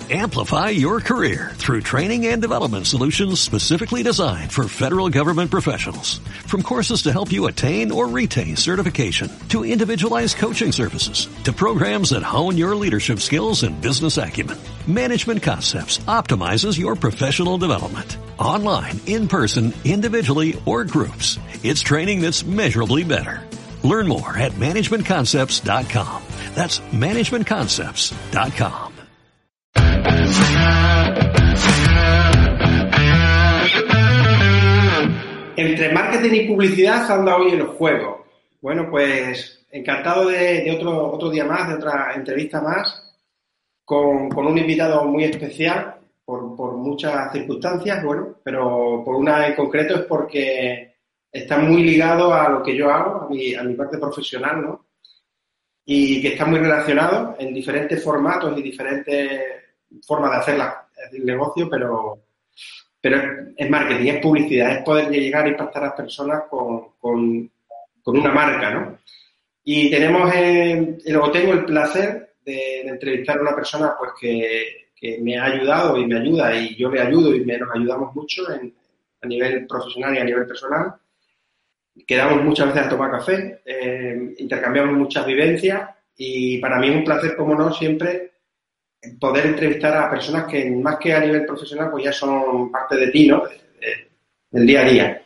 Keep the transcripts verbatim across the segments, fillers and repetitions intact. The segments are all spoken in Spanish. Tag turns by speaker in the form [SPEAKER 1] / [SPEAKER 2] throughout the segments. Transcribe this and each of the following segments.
[SPEAKER 1] Amplify your career through training and development solutions specifically designed for federal government professionals. From courses to help you attain or retain certification, to individualized coaching services, to programs that hone your leadership skills and business acumen, Management Concepts optimizes your professional development. Online, in person, individually, or groups, it's training that's measurably better. Learn more at management concepts dot com. That's management concepts dot com.
[SPEAKER 2] Entre marketing y publicidad anda hoy el juego. Bueno, pues encantado de, de otro, otro día más, de otra entrevista más, con, con un invitado muy especial por, por muchas circunstancias, bueno, pero por una en concreto es porque está muy ligado a lo que yo hago, a mi, a mi parte profesional, ¿no? Y que está muy relacionado en diferentes formatos y diferentes formas de hacer la, el negocio, pero... Pero es marketing, es publicidad, es poder llegar a impactar a las personas con, con, con una marca, ¿no? Y tenemos, eh, luego tengo el placer de, de entrevistar a una persona pues que, que me ha ayudado y me ayuda y yo le ayudo y me, nos ayudamos mucho en, a nivel profesional y a nivel personal. Quedamos muchas veces a tomar café, eh, intercambiamos muchas vivencias y para mí es un placer, como no, siempre poder entrevistar a personas que más que a nivel profesional pues ya son parte de ti, ¿no? De, de, del día a día.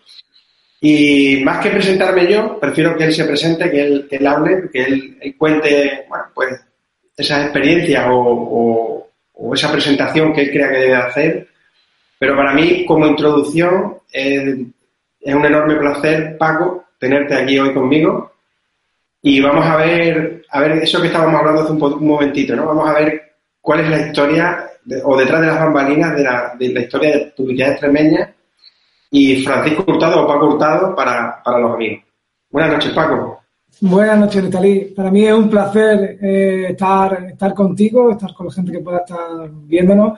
[SPEAKER 2] Y más que presentarme yo, prefiero que él se presente, que él, que él hable, que él, él cuente, bueno, pues esas experiencias o, o, o esa presentación que él crea que debe hacer. Pero para mí, como introducción, eh, es un enorme placer, Paco, tenerte aquí hoy conmigo. Y vamos a ver, a ver eso que estábamos hablando hace un, un momentito, ¿no? Vamos a ver cuál es la historia de, o detrás de las bambalinas de la, de la historia de Publicidad Extremeña y Francisco Hurtado o Paco Hurtado para, para los amigos. Buenas noches, Paco.
[SPEAKER 3] Buenas noches, Netalí. Para mí es un placer eh, estar, estar contigo, estar con la gente que pueda estar viéndonos,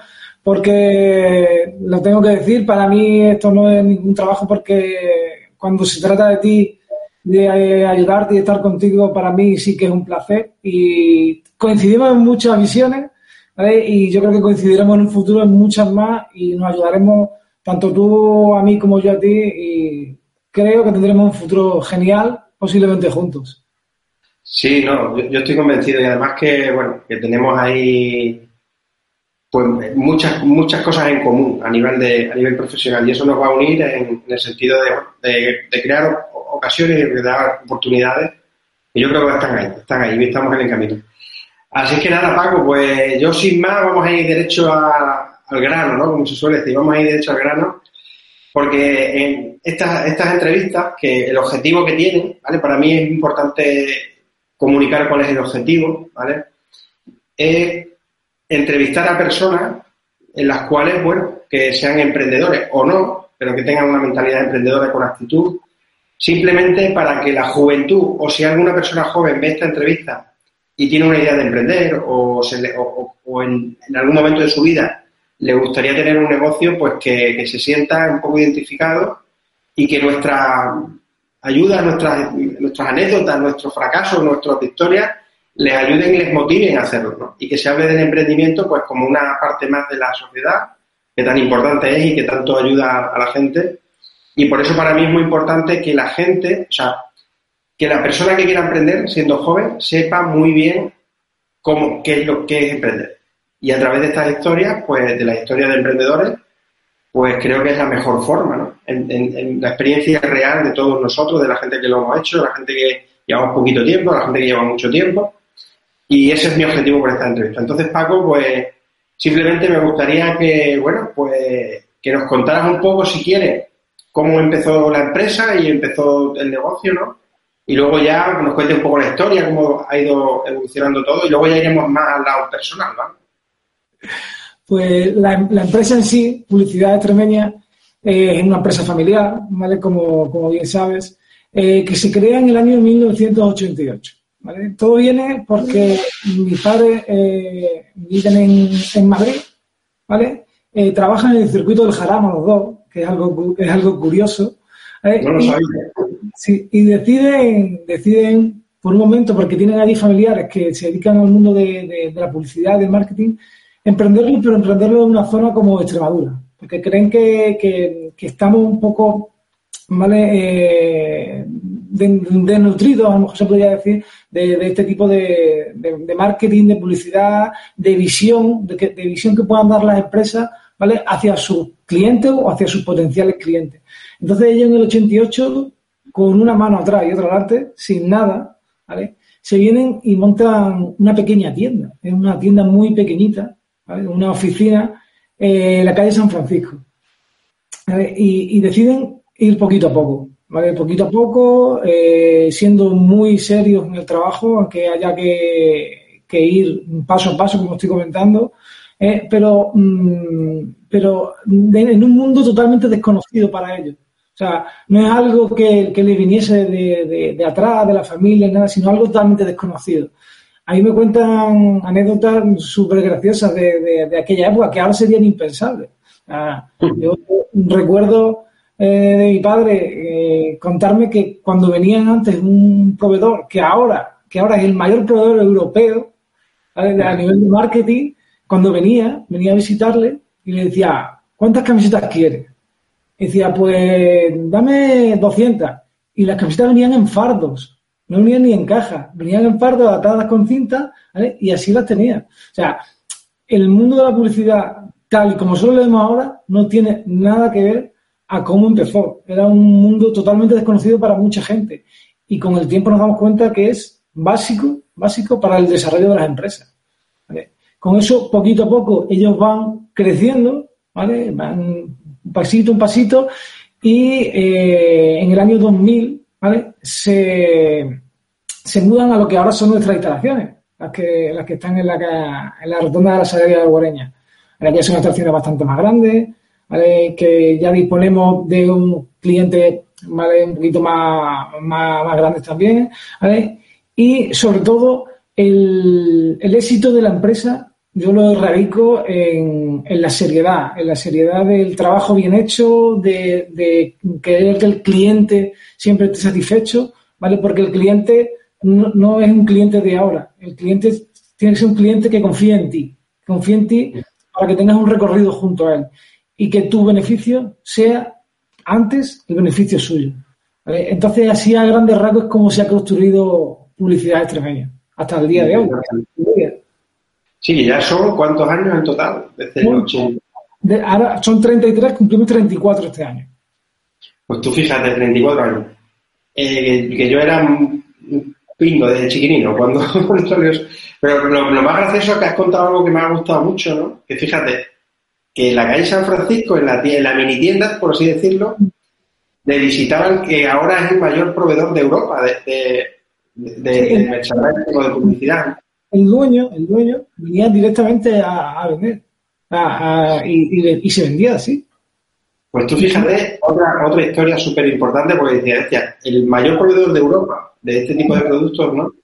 [SPEAKER 3] porque lo tengo que decir, para mí esto no es ningún trabajo, porque cuando se trata de ti, de eh, ayudarte y estar contigo, para mí sí que es un placer y coincidimos en muchas visiones, ¿vale? Y yo creo que coincidiremos en un futuro en muchas más y nos ayudaremos tanto tú a mí como yo a ti y creo que tendremos un futuro genial, posiblemente juntos.
[SPEAKER 2] Sí, no, yo, yo estoy convencido y además que, bueno, que tenemos ahí pues muchas muchas cosas en común a nivel de a nivel profesional y eso nos va a unir en, en el sentido de, de, de crear ocasiones y de dar oportunidades y yo creo que están ahí, están ahí y estamos en el camino. Así que nada, Paco, pues yo sin más vamos a ir derecho a, al grano, ¿no? Como se suele decir, vamos a ir derecho al grano, porque en estas, estas entrevistas, que el objetivo que tienen, ¿vale? Para mí es importante comunicar cuál es el objetivo, ¿vale? Es entrevistar a personas en las cuales, bueno, que sean emprendedores o no, pero que tengan una mentalidad emprendedora con actitud, simplemente para que la juventud, o si alguna persona joven ve esta entrevista y tiene una idea de emprender o, se le, o, o en, en algún momento de su vida le gustaría tener un negocio, pues que, que se sienta un poco identificado y que nuestra ayuda, nuestras, nuestras anécdotas, nuestros fracasos, nuestras victorias les ayuden y les motiven a hacerlo, ¿no? Y que se hable del emprendimiento pues como una parte más de la sociedad que tan importante es y que tanto ayuda a la gente. Y por eso para mí es muy importante que la gente, o sea, que la persona que quiera emprender, siendo joven, sepa muy bien cómo, qué es lo que es emprender. Y a través de estas historias, pues de la historia de emprendedores, pues creo que es la mejor forma, ¿no? En, en, en la experiencia real de todos nosotros, de la gente que lo hemos hecho, de la gente que llevamos poquito tiempo, de la gente que lleva mucho tiempo. Y ese es mi objetivo por esta entrevista. Entonces, Paco, pues simplemente me gustaría que, bueno, pues que nos contaras un poco, si quieres, cómo empezó la empresa y empezó el negocio, ¿no? Y luego ya nos cuente un poco la historia, cómo ha ido evolucionando todo, y luego ya iremos más al lado personal, ¿vale?
[SPEAKER 3] Pues la, la empresa en sí, Publicidad Extremeña, eh, es una empresa familiar, ¿vale? Como, como bien sabes, eh, que se crea en el año mil novecientos ochenta y ocho, ¿vale? Todo viene porque mis padres eh, viven en, en Madrid, ¿vale? Eh, trabajan en el circuito del Jarama los dos, que es algo, es algo curioso. ¿eh?
[SPEAKER 2] No lo
[SPEAKER 3] y,
[SPEAKER 2] sabía.
[SPEAKER 3] Sí, y deciden, deciden, por un momento, porque tienen allí familiares que se dedican al mundo de, de, de la publicidad, del marketing, emprenderlo, pero emprenderlo en una zona como Extremadura, porque creen que, que, que estamos un poco, ¿vale?, eh, desnutridos, a lo mejor se podría decir, de, de este tipo de, de, de marketing, de publicidad, de visión, de, que, de visión que puedan dar las empresas, ¿vale?, hacia sus clientes o hacia sus potenciales clientes. Entonces ellos en el ochenta y ocho, con una mano atrás y otra adelante, sin nada, ¿vale?, se vienen y montan una pequeña tienda. Es una tienda muy pequeñita, ¿vale?, una oficina eh, en la calle San Francisco. ¿Vale? Y, y deciden ir poquito a poco, ¿vale? Poquito a poco, eh, siendo muy serios en el trabajo, aunque haya que, que ir paso a paso, como estoy comentando, eh, pero, mmm, pero de, en un mundo totalmente desconocido para ellos. O sea, no es algo que, que les viniese de, de, de atrás, de la familia, nada, sino algo totalmente desconocido. A mí me cuentan anécdotas súper graciosas de, de, de aquella época que ahora serían impensables. Ah, yo recuerdo eh, de mi padre eh, contarme que cuando venían antes un proveedor, que ahora, que ahora es el mayor proveedor europeo, ¿vale?, a nivel de marketing, cuando venía, venía a visitarle y le decía, ¿cuántas camisetas quieres? Y decía, pues dame doscientas. Y las camisetas venían en fardos, no venían ni en caja, venían en fardos atadas con cinta, ¿vale?, y así las tenía. O sea, el mundo de la publicidad, tal y como solo lo vemos ahora, no tiene nada que ver a cómo empezó. Era un mundo totalmente desconocido para mucha gente. Y con el tiempo nos damos cuenta que es básico, básico para el desarrollo de las empresas, ¿vale? Con eso, poquito a poco, ellos van creciendo, ¿vale?, van un pasito, un pasito, y eh, en el año dos mil, ¿vale?, se, se mudan a lo que ahora son nuestras instalaciones, las que, las que están en la, en la rotonda de la Sagraria de Guareña. Aquí son instalaciones bastante más grandes, ¿vale?, que ya disponemos de un cliente, ¿vale?, un poquito más, más, más grande también, ¿vale? Y sobre todo el, el éxito de la empresa yo lo radico en, en la seriedad, en la seriedad del trabajo bien hecho, de, de querer que el cliente siempre esté satisfecho, ¿vale? Porque el cliente no, no es un cliente de ahora, el cliente tiene que ser un cliente que confíe en ti, confíe en ti para que tengas un recorrido junto a él y que tu beneficio sea antes el beneficio suyo, ¿vale? Entonces, así a grandes rasgos es como se ha construido Publicidad Extremeña hasta el día de hoy.
[SPEAKER 2] Sí, ya son ¿cuántos años en total? Desde el ochenta.
[SPEAKER 3] De, ahora son treinta y tres, cumplimos treinta y cuatro este año.
[SPEAKER 2] Pues tú fíjate, treinta y cuatro años. Eh, que yo era un pingo desde chiquinino, cuando, cuando salió eso. Pero lo, lo más gracioso es que has contado algo que me ha gustado mucho, ¿no? Que fíjate, que en la calle San Francisco, en la, en la mini tienda, por así decirlo, le visitaban que ahora es el mayor proveedor de Europa de, de, de, de, sí, de merchandising o de publicidad.
[SPEAKER 3] El dueño, el dueño venía directamente a, a vender a, a, y, y, y se vendía así.
[SPEAKER 2] Pues tú fíjate, otra otra historia súper importante, porque decía, decía, el mayor proveedor de Europa de este tipo de productos, ¿no?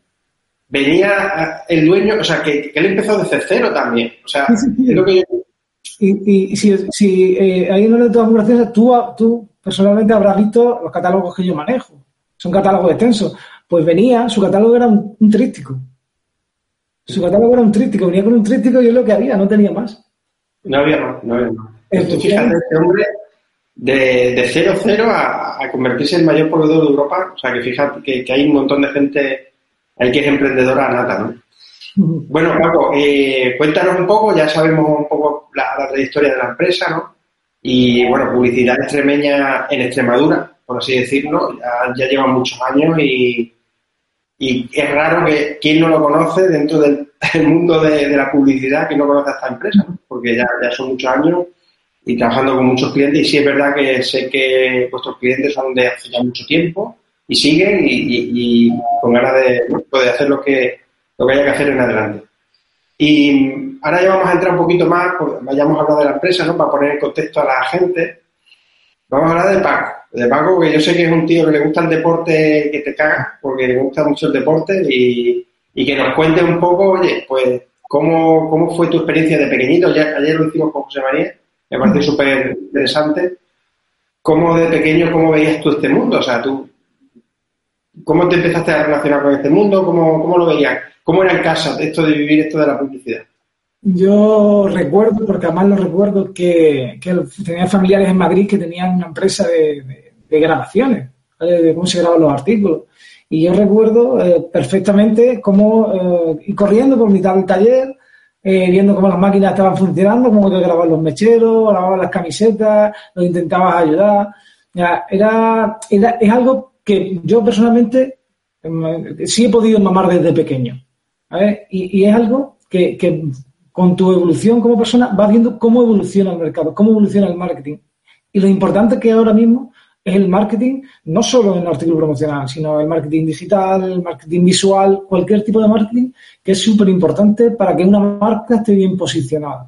[SPEAKER 2] Venía el dueño, o sea, que, que él empezó desde cero también. O sea, sí, sí, sí. Es lo que yo...
[SPEAKER 3] Y, y, y si, si eh, hay una de todas muy graciosas, tú, tú personalmente habrás visto los catálogos que yo manejo. Son catálogos extensos. Pues venía, su catálogo era un, un tríptico. Su catálogo era un tríptico, venía con un tríptico y es lo que había, no tenía más.
[SPEAKER 2] No había más, no había más. Tú fíjate, este hombre de, de cero cero a, a convertirse en el mayor proveedor de Europa, o sea que fíjate que, que hay un montón de gente ahí que es emprendedora nata, ¿no? Uh-huh. Bueno, Paco, eh, cuéntanos un poco, ya sabemos un poco la, la trayectoria de la empresa, ¿no? Y bueno, Publicidad Extremeña en Extremadura, por así decirlo, ya, ya lleva muchos años y Y es raro que quien no lo conoce dentro del, del mundo de, de la publicidad, que no conoce a esta empresa, ¿no? Porque ya, ya son muchos años y trabajando con muchos clientes. Y sí es verdad que sé que vuestros clientes son de hace ya mucho tiempo y siguen y, y, y con ganas de, de hacer lo que, lo que haya que hacer en adelante. Y ahora ya vamos a entrar un poquito más, pues, vayamos a hablar de la empresa, ¿no? Para poner en contexto a la gente. Vamos a hablar de Paco. De Paco, porque yo sé que es un tío que le gusta el deporte que te caga, porque le gusta mucho el deporte y, y que nos cuente un poco, oye, pues, cómo, cómo fue tu experiencia de pequeñito. Ya, ayer lo hicimos con José María, me parece súper interesante. ¿Cómo de pequeño, cómo veías tú este mundo? O sea, tú, ¿cómo te empezaste a relacionar con este mundo? ¿Cómo, cómo lo veías? ¿Cómo era en casa esto de vivir esto de la publicidad?
[SPEAKER 3] Yo recuerdo, porque además lo recuerdo, que, que tenía familiares en Madrid que tenían una empresa de, de, de grabaciones, ¿vale? De cómo se graban los artículos. Y yo recuerdo eh, perfectamente cómo eh, ir corriendo por mitad del taller, eh, viendo cómo las máquinas estaban funcionando, cómo que grababan los mecheros, grababan las camisetas, los intentabas ayudar. Ya, era, era, es algo que yo personalmente eh, sí he podido mamar desde pequeño, ¿vale? Y, y es algo que, que con tu evolución como persona vas viendo cómo evoluciona el mercado, cómo evoluciona el marketing. Y lo importante que ahora mismo es el marketing, no solo en el artículo promocional, sino el marketing digital, el marketing visual, cualquier tipo de marketing que es súper importante para que una marca esté bien posicionada.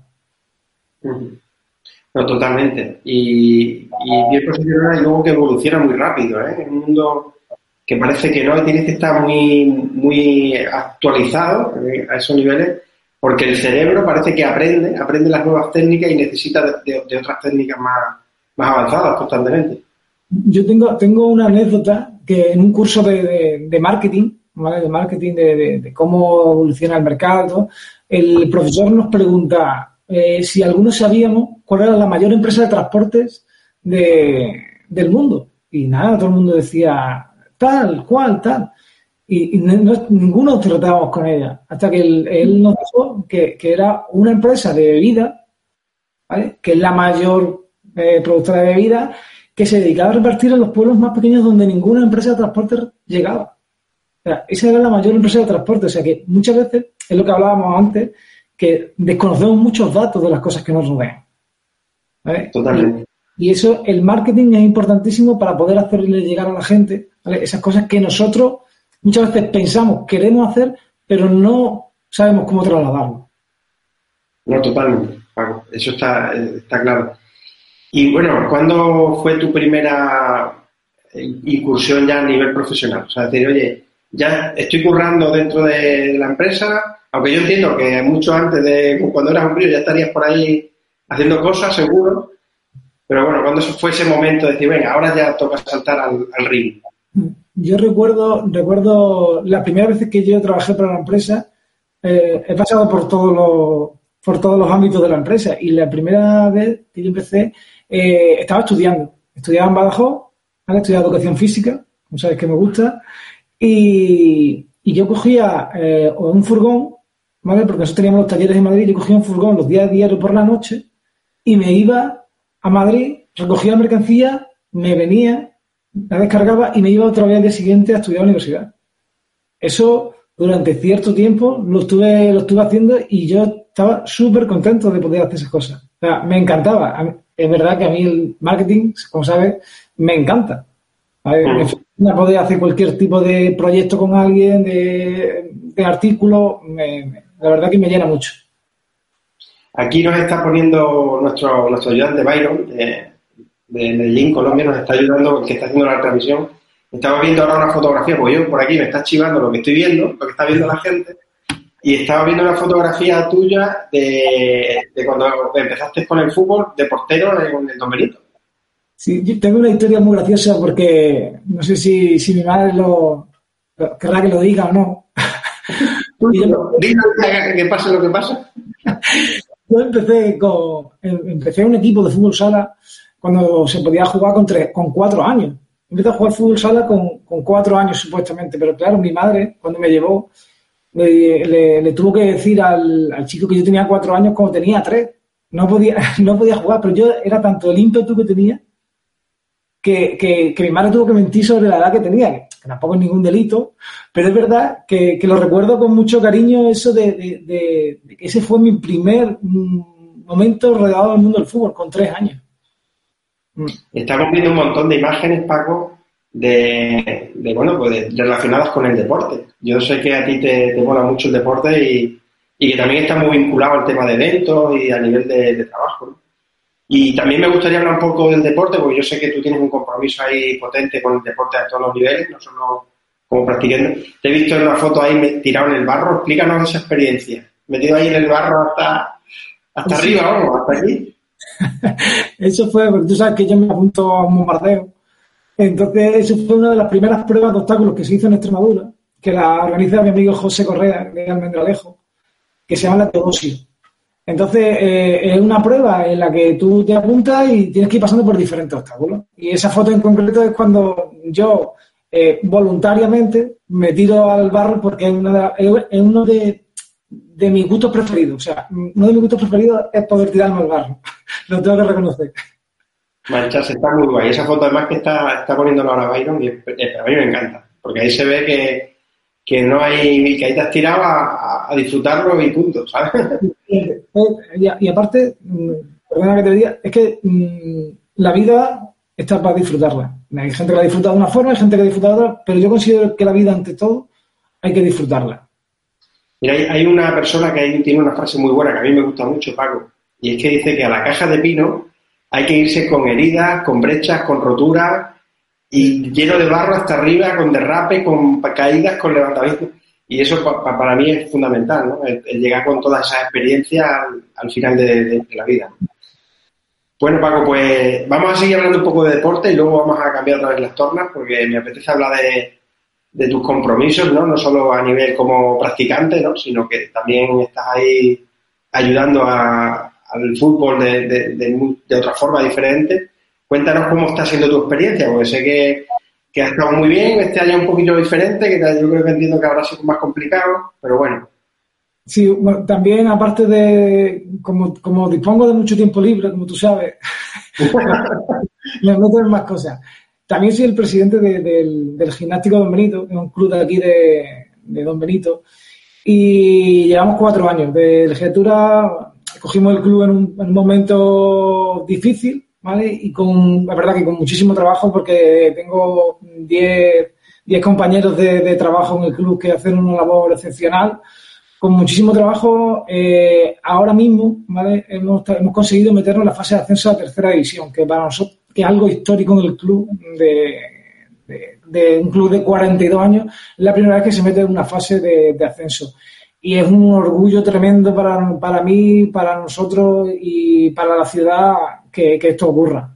[SPEAKER 2] No, totalmente. Y, y bien posicionada y luego que evoluciona muy rápido, ¿eh? En un mundo que parece que no, tienes que estar muy, muy actualizado ¿eh? A esos niveles, porque el cerebro parece que aprende, aprende las nuevas técnicas y necesita de, de, de otras técnicas más, más avanzadas constantemente.
[SPEAKER 3] Yo tengo, tengo una anécdota que en un curso de, de, de marketing, ¿vale? De marketing, de, de, de cómo evoluciona el mercado, el profesor nos pregunta eh, si algunos sabíamos cuál era la mayor empresa de transportes de, del mundo. Y nada, todo el mundo decía tal, cual, tal. Y, y no, ninguno tratábamos con ella. Hasta que él, él nos dijo que, que era una empresa de bebida, ¿vale? Que es la mayor eh, productora de bebida, que se dedicaba a repartir en los pueblos más pequeños donde ninguna empresa de transporte llegaba. O sea, esa era la mayor empresa de transporte. O sea que muchas veces, es lo que hablábamos antes, que desconocemos muchos datos de las cosas que nos rodean, ¿vale?
[SPEAKER 2] Totalmente.
[SPEAKER 3] Y, y eso, el marketing es importantísimo para poder hacerle llegar a la gente, ¿vale? Esas cosas que nosotros muchas veces pensamos, queremos hacer, pero no sabemos cómo trasladarlo.
[SPEAKER 2] No, totalmente, Paco. Eso está, está claro. Y bueno, ¿cuándo fue tu primera incursión ya a nivel profesional? O sea, decir, oye, ya estoy currando dentro de la empresa, aunque yo entiendo que mucho antes de cuando eras un crío ya estarías por ahí haciendo cosas, seguro. Pero bueno, ¿cuándo fue ese momento de decir, venga, ahora ya toca saltar al, al ring?
[SPEAKER 3] Yo recuerdo, recuerdo la primera vez que yo trabajé para la empresa, eh, he pasado por todos los, por todos los ámbitos de la empresa, y la primera vez que yo empecé, eh, estaba estudiando. Estudiaba en Badajoz, ¿vale? Estudiaba educación física, como sabes que me gusta, y, y yo cogía eh, un furgón, ¿vale? Porque nosotros teníamos los talleres en Madrid, yo cogía un furgón los días diarios por la noche y me iba a Madrid, recogía la mercancía, me venía, la descargaba y me iba otra vez al día siguiente a estudiar a la universidad. Eso durante cierto tiempo lo estuve, lo estuve haciendo y yo estaba súper contento de poder hacer esas cosas. O sea, me encantaba. Es verdad que a mí el marketing, como sabes, me encanta. ¿Vale? Me fascina poder hacer cualquier tipo de proyecto con alguien, de, de artículo. Me, me, la verdad que me llena mucho.
[SPEAKER 2] Aquí nos está poniendo nuestro, nuestro ayudante Byron, de, de Medellín, Colombia, nos está ayudando, el que está haciendo la transmisión. Estaba viendo ahora una fotografía, porque yo por aquí me está chivando lo que estoy viendo, lo que está viendo la gente, y estaba viendo una fotografía tuya de, de cuando empezaste con el fútbol, de portero con el Don Benito.
[SPEAKER 3] Sí, yo tengo una historia muy graciosa porque no sé si, si mi madre lo, lo querrá que lo diga o no.
[SPEAKER 2] yo, Diga que pase lo que pasa.
[SPEAKER 3] Yo empecé con empecé un equipo de fútbol sala cuando se podía jugar con tres, con cuatro años. Empecé a jugar fútbol sala con, con cuatro años supuestamente, pero claro, mi madre cuando me llevó le, le, le tuvo que decir al, al chico que yo tenía cuatro años como tenía tres. No podía, no podía jugar, pero yo era tanto el ímpetu que tenía que, que, que mi madre tuvo que mentir sobre la edad que tenía, que tampoco es ningún delito, pero es verdad que, que lo recuerdo con mucho cariño eso de, de, de, de que ese fue mi primer momento rodeado del mundo del fútbol, con tres años.
[SPEAKER 2] Estamos viendo un montón de imágenes, Paco, de, de bueno, pues de, relacionadas con el deporte. Yo sé que a ti te, te mola mucho el deporte y, y que también está muy vinculado al tema de eventos y a nivel de, de trabajo, ¿no? Y también me gustaría hablar un poco del deporte, porque yo sé que tú tienes un compromiso ahí potente con el deporte a todos los niveles, no solo como practicante. Te he visto en una foto ahí tirado en el barro. Explícanos esa experiencia. Metido ahí en el barro hasta, hasta sí. arriba, vamos, hasta aquí.
[SPEAKER 3] Eso fue, porque tú sabes que yo me apunto a un bombardeo. Entonces, eso fue una de las primeras pruebas de obstáculos que se hizo en Extremadura, que la organiza mi amigo José Correa, de Almendralejo, que se llama la Teodosio. Entonces, eh, es una prueba en la que tú te apuntas y tienes que ir pasando por diferentes obstáculos. Y esa foto en concreto es cuando yo eh, voluntariamente me tiro al barro porque es, una de, es uno de, de mis gustos preferidos. O sea, uno de mis gustos preferidos es poder tirarme al barro. Lo tengo que reconocer.
[SPEAKER 2] Mancharse, está muy guay. Esa foto además que está, está poniéndolo ahora Byron y es, es, a mí me encanta. Porque ahí se ve que, que no hay, que ahí te has tirado a, a disfrutarlo y punto, ¿sabes?
[SPEAKER 3] Y, y aparte, perdona que te diga, es que mmm, la vida está para disfrutarla. Hay gente que la disfruta de una forma, hay gente que la disfruta de otra, pero yo considero que la vida, ante todo, hay que disfrutarla.
[SPEAKER 2] Mira, hay, hay una persona que ahí tiene una frase muy buena que a mí me gusta mucho, Paco, y es que dice que a la caja de pino hay que irse con heridas, con brechas, con roturas y lleno de barro hasta arriba, con derrape, con caídas, con levantamientos. Y eso pa, pa, para mí es fundamental, ¿no? El, el llegar con toda esa experiencia al, al final de, de, de la vida. Bueno, Paco, pues vamos a seguir hablando un poco de deporte y luego vamos a cambiar otra vez las tornas porque me apetece hablar de, de tus compromisos, ¿no? No solo a nivel como practicante, ¿no? Sino que también estás ahí ayudando a, al fútbol de, de, de, de otra forma diferente. Cuéntanos cómo está siendo tu experiencia, porque sé que, que ha estado muy bien, este año un poquito diferente, que yo creo que entiendo que habrá sido más complicado, pero bueno.
[SPEAKER 3] Sí, bueno, también aparte de, como, como dispongo de mucho tiempo libre, como tú sabes, me meto en más cosas. También soy el presidente de, del, del Gimnástico Don Benito, que es un club de aquí de, de Don Benito, y llevamos cuatro años de legislatura. Cogimos el club en un, en un momento difícil, ¿vale? Y con, la verdad que con muchísimo trabajo, porque tengo diez compañeros de, de trabajo en el club que hacen una labor excepcional. Con muchísimo trabajo, eh, ahora mismo, ¿vale? Hemos, hemos conseguido meternos en la fase de ascenso a la tercera división, que para nosotros que es algo histórico en el club, de, de, de un club de cuarenta y dos años, es la primera vez que se mete en una fase de, de ascenso. Y es un orgullo tremendo para, para mí, para nosotros y para la ciudad que, que esto ocurra.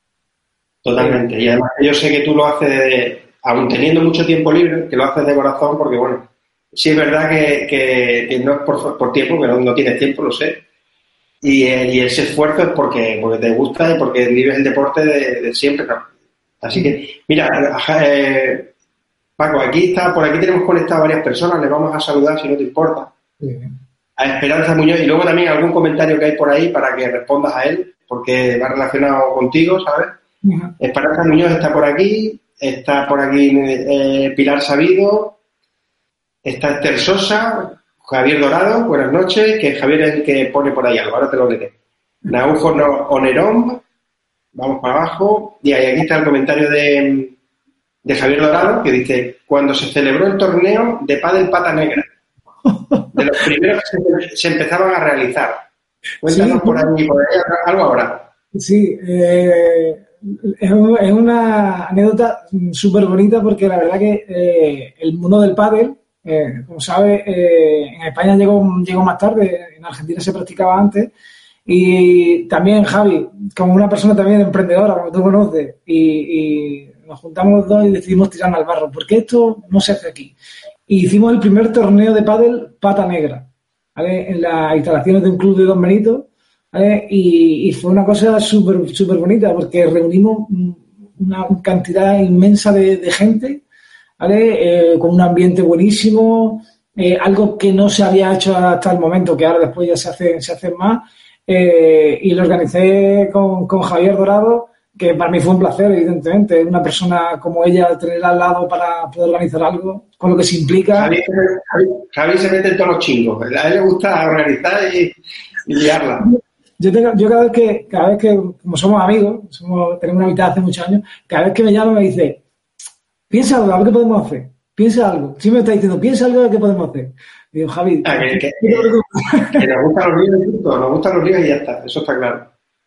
[SPEAKER 2] Totalmente. Y además yo sé que tú lo haces, de, aún teniendo mucho tiempo libre, que lo haces de corazón porque, bueno, sí es verdad que, que, que no es por, por tiempo, que no, no tienes tiempo, lo sé. Y, y ese esfuerzo es porque, porque te gusta y porque vives el deporte de, de siempre, ¿no? Así que, mira, eh, Paco, aquí está, por aquí tenemos conectado a varias personas, les vamos a saludar si no te importa. Sí. A Esperanza Muñoz y luego también algún comentario que hay por ahí para que respondas a él, porque va relacionado contigo, ¿sabes? Uh-huh. Esperanza Muñoz está por aquí, está por aquí eh, Pilar Sabido, está Esther Sosa, Javier Dorado, buenas noches, que Javier es el que pone por ahí algo, ahora te lo leeré. Naujo Onerón, vamos para abajo, y ahí aquí está el comentario de, de Javier Dorado, que dice, cuando se celebró el torneo de pádel Pata Negra, de los primeros que se, se empezaban a realizar. Cuéntanos sí, por ahí, por ahí algo ahora.
[SPEAKER 3] Sí, eh, es, es una anécdota súper bonita porque la verdad que eh, el mundo del pádel, Eh, como sabes, eh, en España llegó, llegó más tarde, en Argentina se practicaba antes, y también Javi, como una persona también emprendedora, como tú conoces, y, y nos juntamos los dos y decidimos tirarnos al barro, porque esto no se hace aquí. Y hicimos el primer torneo de pádel Pata Negra, ¿vale? En las instalaciones de un club de Don Benito, ¿vale? Y, y fue una cosa súper súper bonita, porque reunimos una cantidad inmensa de, de gente, ¿vale? Eh, con un ambiente buenísimo, eh, algo que no se había hecho hasta el momento, que ahora después ya se hace, se hace más, eh, y lo organicé con, con Javier Dorado, que para mí fue un placer, evidentemente, una persona como ella, tener al lado para poder organizar algo, con lo que se implica.
[SPEAKER 2] Javi, Javi, Javi se mete en todos los chingos, a él le gusta organizar y, y liarla.
[SPEAKER 3] Yo, tengo, yo cada vez que, cada vez que, como somos amigos, somos, tenemos una amistad hace muchos años, cada vez que me llama me dice, piensa algo, a ver qué podemos hacer. Piensa algo. Sí me está diciendo, piensa algo, a ver qué podemos hacer. Digo, Javi...
[SPEAKER 2] Ah, que, que, que, que nos gustan los líos y punto. Nos gustan los líos y ya está. Eso está claro.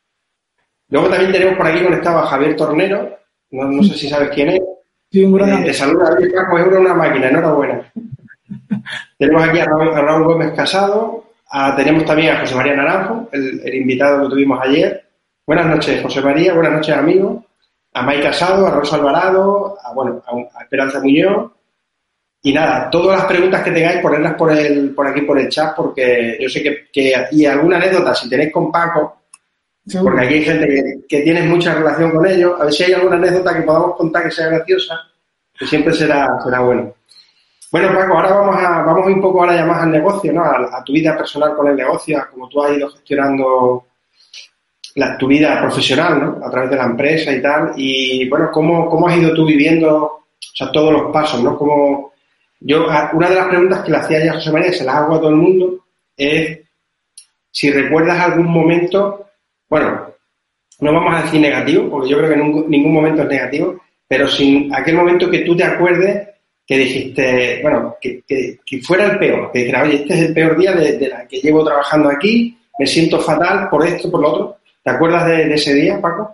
[SPEAKER 2] Luego también tenemos por aquí conectado a Javier Tornero. No, no sé si sabes quién es.
[SPEAKER 3] Sí, un gran
[SPEAKER 2] eh, te saluda a Paco, es una máquina. Enhorabuena. Tenemos aquí a Raúl, a Raúl Gómez Casado. A, tenemos también a José María Naranjo, el, el invitado que tuvimos ayer. Buenas noches, José María. Buenas noches, amigos. A May Casado, a Rosa Alvarado, a, bueno, a, a Esperanza Muñoz, y nada, todas las preguntas que tengáis, ponerlas por el, por aquí por el chat, porque yo sé que, que y alguna anécdota, si tenéis con Paco, sí, porque aquí hay gente que, que tiene mucha relación con ellos, a ver si hay alguna anécdota que podamos contar que sea graciosa, que siempre será, será bueno. Bueno, Paco, ahora vamos a, vamos un poco ahora ya más al negocio, ¿no? A, a tu vida personal con el negocio, a cómo tú has ido gestionando la, tu vida profesional, ¿no? A través de la empresa y tal. Y, bueno, ¿cómo, cómo has ido tú viviendo, o sea, todos los pasos, ¿no? Como yo, una de las preguntas que le hacía ya a José María, que se las hago a todo el mundo, es si recuerdas algún momento, bueno, no vamos a decir negativo, porque yo creo que ningún, ningún momento es negativo, pero sin aquel momento que tú te acuerdes que dijiste, bueno, que, que, que fuera el peor, que dijera, oye, este es el peor día de, de la que llevo trabajando aquí, me siento fatal por esto, por lo otro. ¿Te acuerdas de, de ese día, Paco?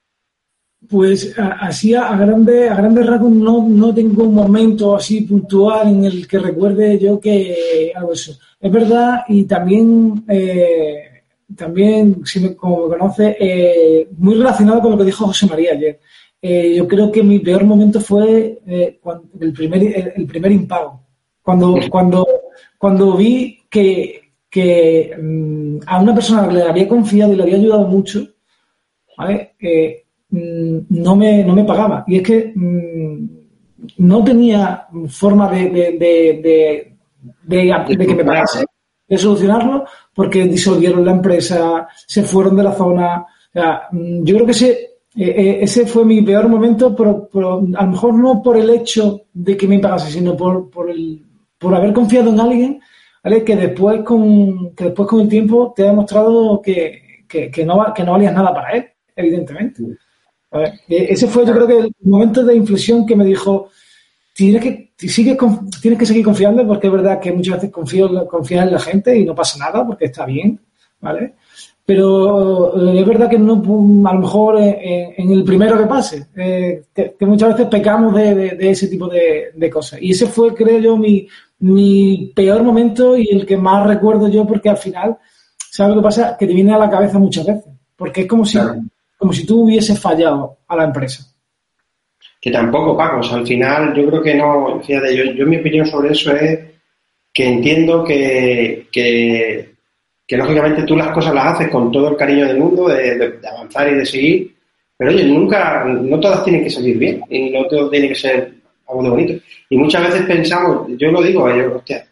[SPEAKER 3] Pues así a, a grandes a grandes rasgos no, no tengo un momento así puntual en el que recuerde yo que algo eso. Es verdad, y también, eh, también si me, como me conoce, eh, muy relacionado con lo que dijo José María ayer. Eh, yo creo que mi peor momento fue eh, cuando, el primer el, el primer impago. Cuando, cuando, cuando vi que, que um, a una persona que le había confiado y le había ayudado mucho, ¿vale? Eh, no me, no me pagaba. Y es que mmm, no tenía forma de, de, de, de, de, de que me pagase, de solucionarlo, porque disolvieron la empresa, se fueron de la zona. O sea, yo creo que ese, eh, ese fue mi peor momento, pero, pero a lo mejor no por el hecho de que me pagase, sino por, por, el, por haber confiado en alguien, ¿vale? que, después con, que después con el tiempo te ha demostrado que, que, que, no, que no valías nada para él, evidentemente. A ver, ese fue, yo creo que el momento de inflexión que me dijo, tienes que, sigues, tienes que seguir confiando, porque es verdad que muchas veces confío, confías en la gente y no pasa nada porque está bien, ¿vale? Pero es verdad que no, a lo mejor en, en el primero que pase, eh, que, que muchas veces pecamos de, de, de ese tipo de, de cosas. Y ese fue, creo yo, mi, mi peor momento y el que más recuerdo yo, porque al final, ¿sabes lo que pasa? Que te viene a la cabeza muchas veces, porque es como si... Claro. Como si tú hubieses fallado a la empresa.
[SPEAKER 2] Que tampoco, Paco. O sea, al final yo creo que no... Fíjate, yo, yo mi opinión sobre eso es que entiendo que, que, que lógicamente tú las cosas las haces con todo el cariño del mundo, de, de, de avanzar y de seguir, pero oye, nunca, no todas tienen que salir bien y no todo tiene que ser algo de bonito. Y muchas veces pensamos, yo lo digo, yo, hostia,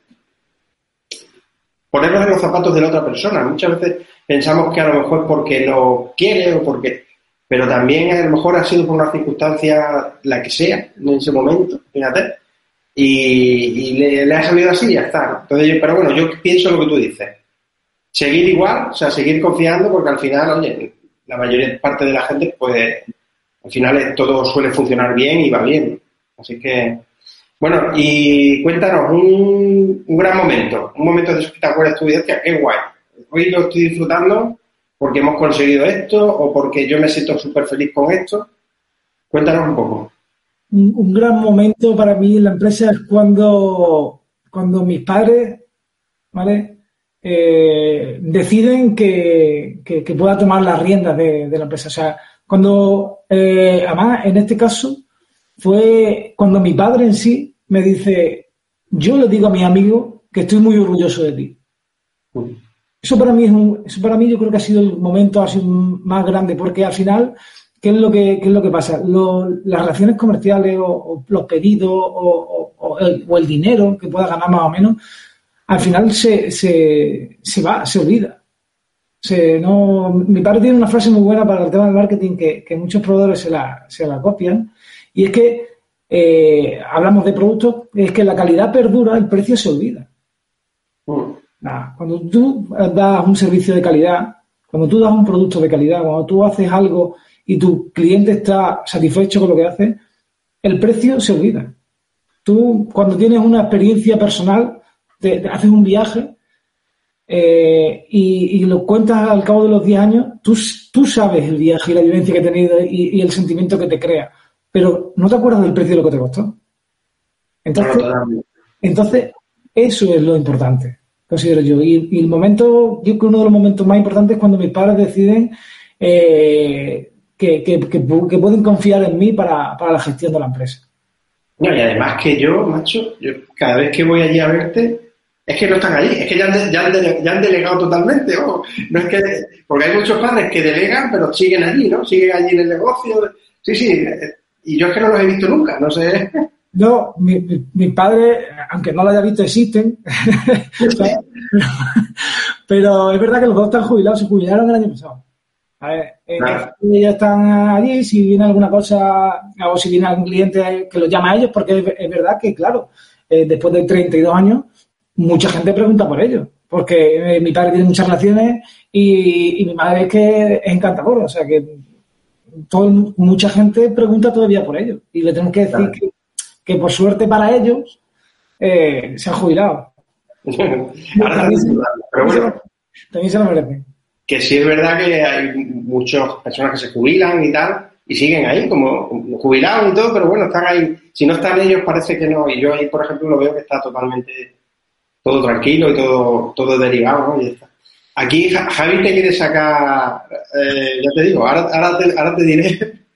[SPEAKER 2] ponernos en los zapatos de la otra persona. Muchas veces pensamos que a lo mejor porque no quiere o porque... Pero también a lo mejor ha sido por una circunstancia, la que sea, en ese momento, fíjate, y, y le, le ha salido así y ya está. Entonces, yo, pero bueno, yo pienso lo que tú dices. Seguir igual, o sea, seguir confiando, porque al final, oye, la mayor parte de la gente, pues, al final todo suele funcionar bien y va bien. Así que... Bueno, y cuéntanos un, un gran momento, un momento de esos que te acuerdas tú y dices, qué guay, hoy lo estoy disfrutando porque hemos conseguido esto o porque yo me siento súper feliz con esto. Cuéntanos un poco.
[SPEAKER 3] Un, un gran momento para mí en la empresa es cuando, cuando mis padres, ¿vale? Eh, deciden que, que, que pueda tomar las riendas de, de la empresa. O sea, cuando, eh, además, en este caso, fue cuando mi padre en sí me dice, yo le digo a mi amigo que estoy muy orgulloso de ti. Uh. Eso para mí es un, eso para mí yo creo que ha sido el momento así más grande, porque al final, ¿qué es lo que, qué es lo que pasa? Lo, las relaciones comerciales o, o los pedidos o, o, el, o el dinero que pueda ganar más o menos, al final se, se, se va, se olvida. Se, no, mi padre tiene una frase muy buena para el tema del marketing que, que muchos proveedores se la, se la copian, y es que eh, hablamos de productos, es que la calidad perdura, el precio se olvida. Uh. Nah, cuando tú das un servicio de calidad, cuando tú das un producto de calidad, cuando tú haces algo y tu cliente está satisfecho con lo que hace, el precio se olvida. Tú, cuando tienes una experiencia personal, te, te haces un viaje eh, y, y lo cuentas al cabo de los diez años, tú, tú sabes el viaje y la vivencia que he tenido y, y el sentimiento que te crea, pero no te acuerdas del precio de lo que te costó. Entonces, entonces eso es lo importante, considero yo. Y, y el momento, yo creo que uno de los momentos más importantes es cuando mis padres deciden eh, que, que, que, que pueden confiar en mí para, para la gestión de la empresa.
[SPEAKER 2] No, y además que yo, macho, yo cada vez que voy allí a verte, es que no están allí, es que ya han, de, ya han, de, ya han delegado totalmente, ¿no? No es que, porque hay muchos padres que delegan, pero siguen allí, ¿no? Siguen allí en el negocio. Sí, sí, y yo es que no los he visto nunca, no sé.
[SPEAKER 3] No, mi, mi, mis padres, aunque no lo haya visto, existen. pero, pero es verdad que los dos están jubilados, se jubilaron el año pasado. A ver, claro. Ellos están allí, si viene alguna cosa, o si viene algún cliente que los llama a ellos, porque es, es verdad que, claro, eh, después de treinta y dos años, mucha gente pregunta por ellos, porque eh, mi padre tiene muchas relaciones y, y mi madre es que es encantadora, o sea que todo, mucha gente pregunta todavía por ellos y le tenemos que decir claro. que, que por suerte para ellos eh, se han jubilado.
[SPEAKER 2] Ahora también, se, pero bueno,
[SPEAKER 3] también se lo merecen.
[SPEAKER 2] Que sí es verdad que hay muchas personas que se jubilan y tal, y siguen ahí como jubilados y todo, pero bueno, están ahí. Si no están ellos parece que no, y yo ahí, por ejemplo, lo veo que está totalmente todo tranquilo y todo, todo derivado, ¿no? Y está. Aquí Javi te quiere sacar, eh, ya te digo, ahora, ahora, te, ahora te diré,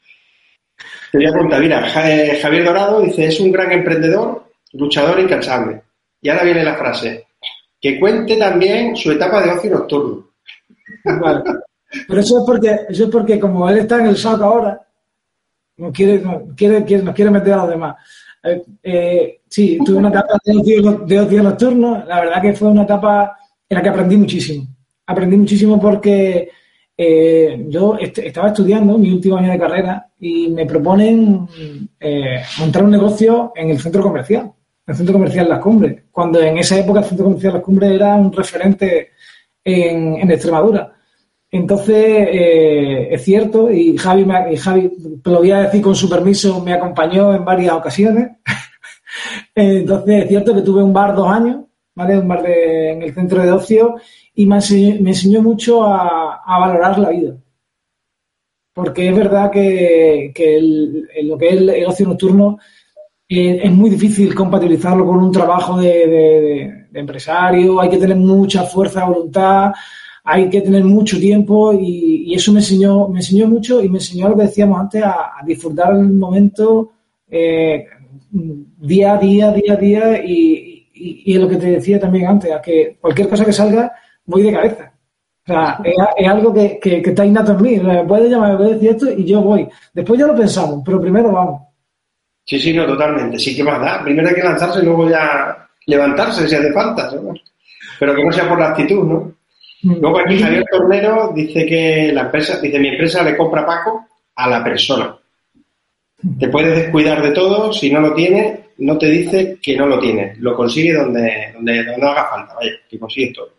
[SPEAKER 2] te voy a contar, mira, Javier Dorado dice, es un gran emprendedor, luchador incansable. Y ahora viene la frase, que cuente también su etapa de ocio nocturno.
[SPEAKER 3] Vale. Pero eso es porque, eso es porque como él está en el S A C ahora, no quiere, no, quiere, quiere, nos quiere meter a los demás. Eh, eh, sí, tuve una etapa de ocio, de ocio nocturno, la verdad que fue una etapa en la que aprendí muchísimo. Aprendí muchísimo porque eh, yo est- estaba estudiando mi último año de carrera y me proponen eh, montar un negocio en el centro comercial, el centro comercial Las Cumbres, cuando en esa época el centro comercial Las Cumbres era un referente en, en Extremadura. Entonces, eh, es cierto, y Javi, me, y Javi, lo voy a decir con su permiso, me acompañó en varias ocasiones. Entonces, es cierto que tuve un bar dos años, ¿vale? Un bar de, en el centro de ocio, y me enseñó, me enseñó mucho a, a valorar la vida. Porque es verdad que, que el, el, lo que es el, el ocio nocturno eh, es muy difícil compatibilizarlo con un trabajo de, de, de, de empresario, hay que tener mucha fuerza de voluntad, hay que tener mucho tiempo y, y eso me enseñó, me enseñó mucho y me enseñó lo que decíamos antes, a, a disfrutar el momento eh, día a día, día a día y, y, y es lo que te decía también antes, a que cualquier cosa que salga voy de cabeza. O sea, es, es algo que, que, que está innato en mí. Me puedes llamar, me puedes decir esto y yo voy. Después ya lo pensamos, pero primero vamos.
[SPEAKER 2] Sí, sí, no, totalmente. Sí, que más da. Primero hay que lanzarse y luego ya levantarse si hace falta, ¿sabes? Pero que no sea por la actitud, ¿no? Luego aquí Javier Tornero dice que la empresa, dice mi empresa le compra a Paco a la persona. Te puedes descuidar de todo, si no lo tienes, no te dice que no lo tienes. Lo consigue donde, donde, donde haga falta, vaya, que consigues todo.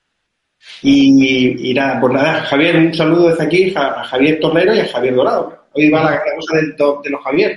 [SPEAKER 2] Y, y nada, pues nada, Javier, un saludo desde aquí a Javier Tornero y a Javier Dorado. Hoy va la, la cosa del top de los Javier.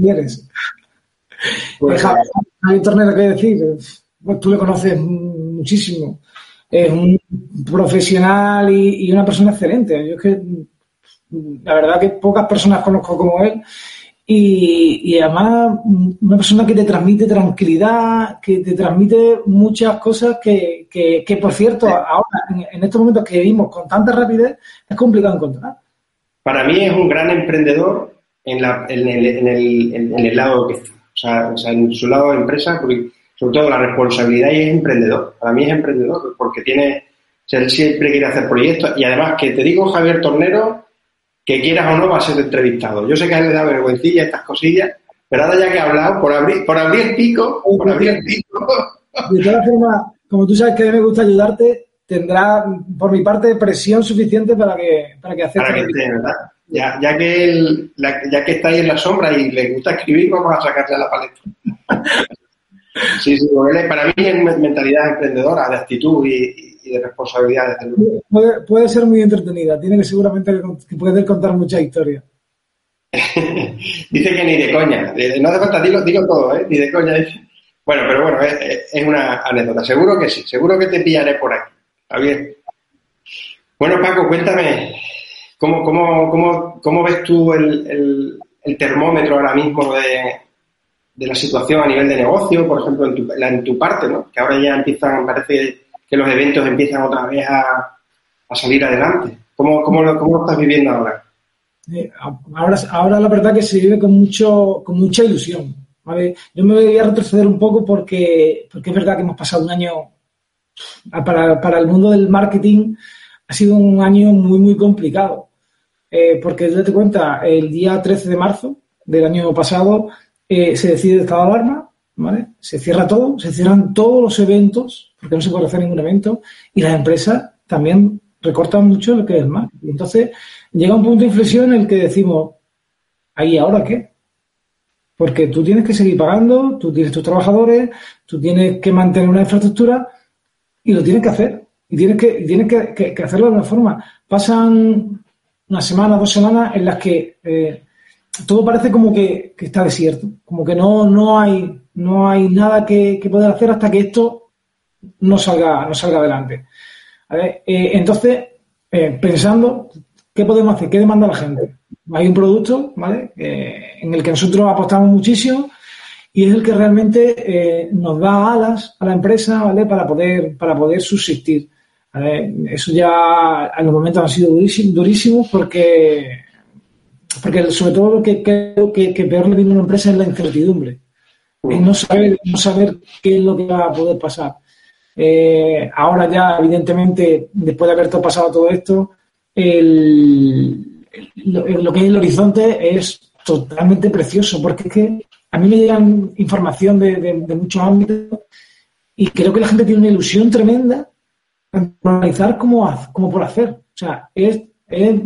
[SPEAKER 3] Pues, Javier, Javier Tornero, ¿qué decir? Pues tú le conoces muchísimo. Es un profesional y, y una persona excelente. Yo es que la verdad que pocas personas conozco como él y, y además una persona que te transmite tranquilidad, que te transmite muchas cosas que, que, que por cierto, ahora en, en estos momentos que vivimos con tanta rapidez es complicado encontrar.
[SPEAKER 2] Para mí es un gran emprendedor en, la, en, el, en, el, en el lado que está, o sea, o sea, en su lado de empresa, porque sobre todo la responsabilidad y es emprendedor. Para mí es emprendedor porque tiene, o sea, él siempre quiere hacer proyectos y además que te digo, Javier Tornero, que quieras o no va a ser entrevistado. Yo sé que a él le da vergüencilla estas cosillas, pero ahora ya que he hablado, por abrir, por abrir el pico, por abrir el pico.
[SPEAKER 3] De todas formas, como tú sabes que a mí me gusta ayudarte, tendrá por mi parte presión suficiente para que para que acepte.
[SPEAKER 2] Para que esté, ¿verdad? Ya, ya que él, la, ya que está ahí en la sombra y le gusta escribir, vamos a sacarle la paleta. Sí, sí, para mí es mentalidad emprendedora, de actitud y, y de responsabilidad.
[SPEAKER 3] Puede, puede ser muy entretenida, tiene que seguramente que puede contar muchas historias.
[SPEAKER 2] Dice que ni de coña, no hace falta, digo, digo todo, ¿eh? Ni de coña. Dice. Bueno, pero bueno, es, es una anécdota, seguro que sí, seguro que te pillaré por aquí. Está bien. Bueno, Paco, cuéntame, ¿cómo, cómo, cómo, cómo ves tú el, el, el termómetro ahora mismo de... de la situación a nivel de negocio, por ejemplo, en tu, en tu parte, ¿no? Que ahora ya empiezan, parece que los eventos empiezan otra vez a, a salir adelante. ¿Cómo, cómo, lo, ¿Cómo lo estás viviendo ahora?
[SPEAKER 3] Eh, ahora? Ahora la verdad que se vive con mucho con mucha ilusión, ¿vale? Yo me voy a retroceder un poco porque, porque es verdad que hemos pasado un año, para, para el mundo del marketing, ha sido un año muy, muy complicado. Eh, porque, date cuenta, el día trece de marzo del año pasado eh, se decide el estado de alarma, ¿vale? Se cierra todo, se cierran todos los eventos, porque no se puede hacer ningún evento, y las empresas también recortan mucho lo que es el marketing. Entonces, llega un punto de inflexión en el que decimos, ¿ahí ahora qué? Porque tú tienes que seguir pagando, tú tienes tus trabajadores, tú tienes que mantener una infraestructura y lo tienes que hacer. Y tienes que, y tienes que, que, que hacerlo de una forma. Pasan una semana, dos semanas en las que eh, todo parece como que, que está desierto, como que no, no hay, no hay nada que, que poder hacer hasta que esto no salga, no salga adelante. A ver, eh, entonces, eh, pensando, ¿qué podemos hacer? ¿Qué demanda la gente? Hay un producto, ¿vale? Eh, en el que nosotros apostamos muchísimo y es el que realmente eh, nos da alas a la empresa, ¿vale? Para poder, para poder subsistir. ¿Vale? Eso ya en los momentos han sido durísimos, durísimos porque, porque sobre todo lo que creo que, que peor le viene a una empresa es la incertidumbre. Es no saber, no saber qué es lo que va a poder pasar. Eh, ahora ya, evidentemente, después de haber todo pasado todo esto, el, lo, lo que es el horizonte es totalmente precioso, porque es que a mí me llegan información de, de, de muchos ámbitos y creo que la gente tiene una ilusión tremenda por analizar como, como por hacer. O sea, es, es,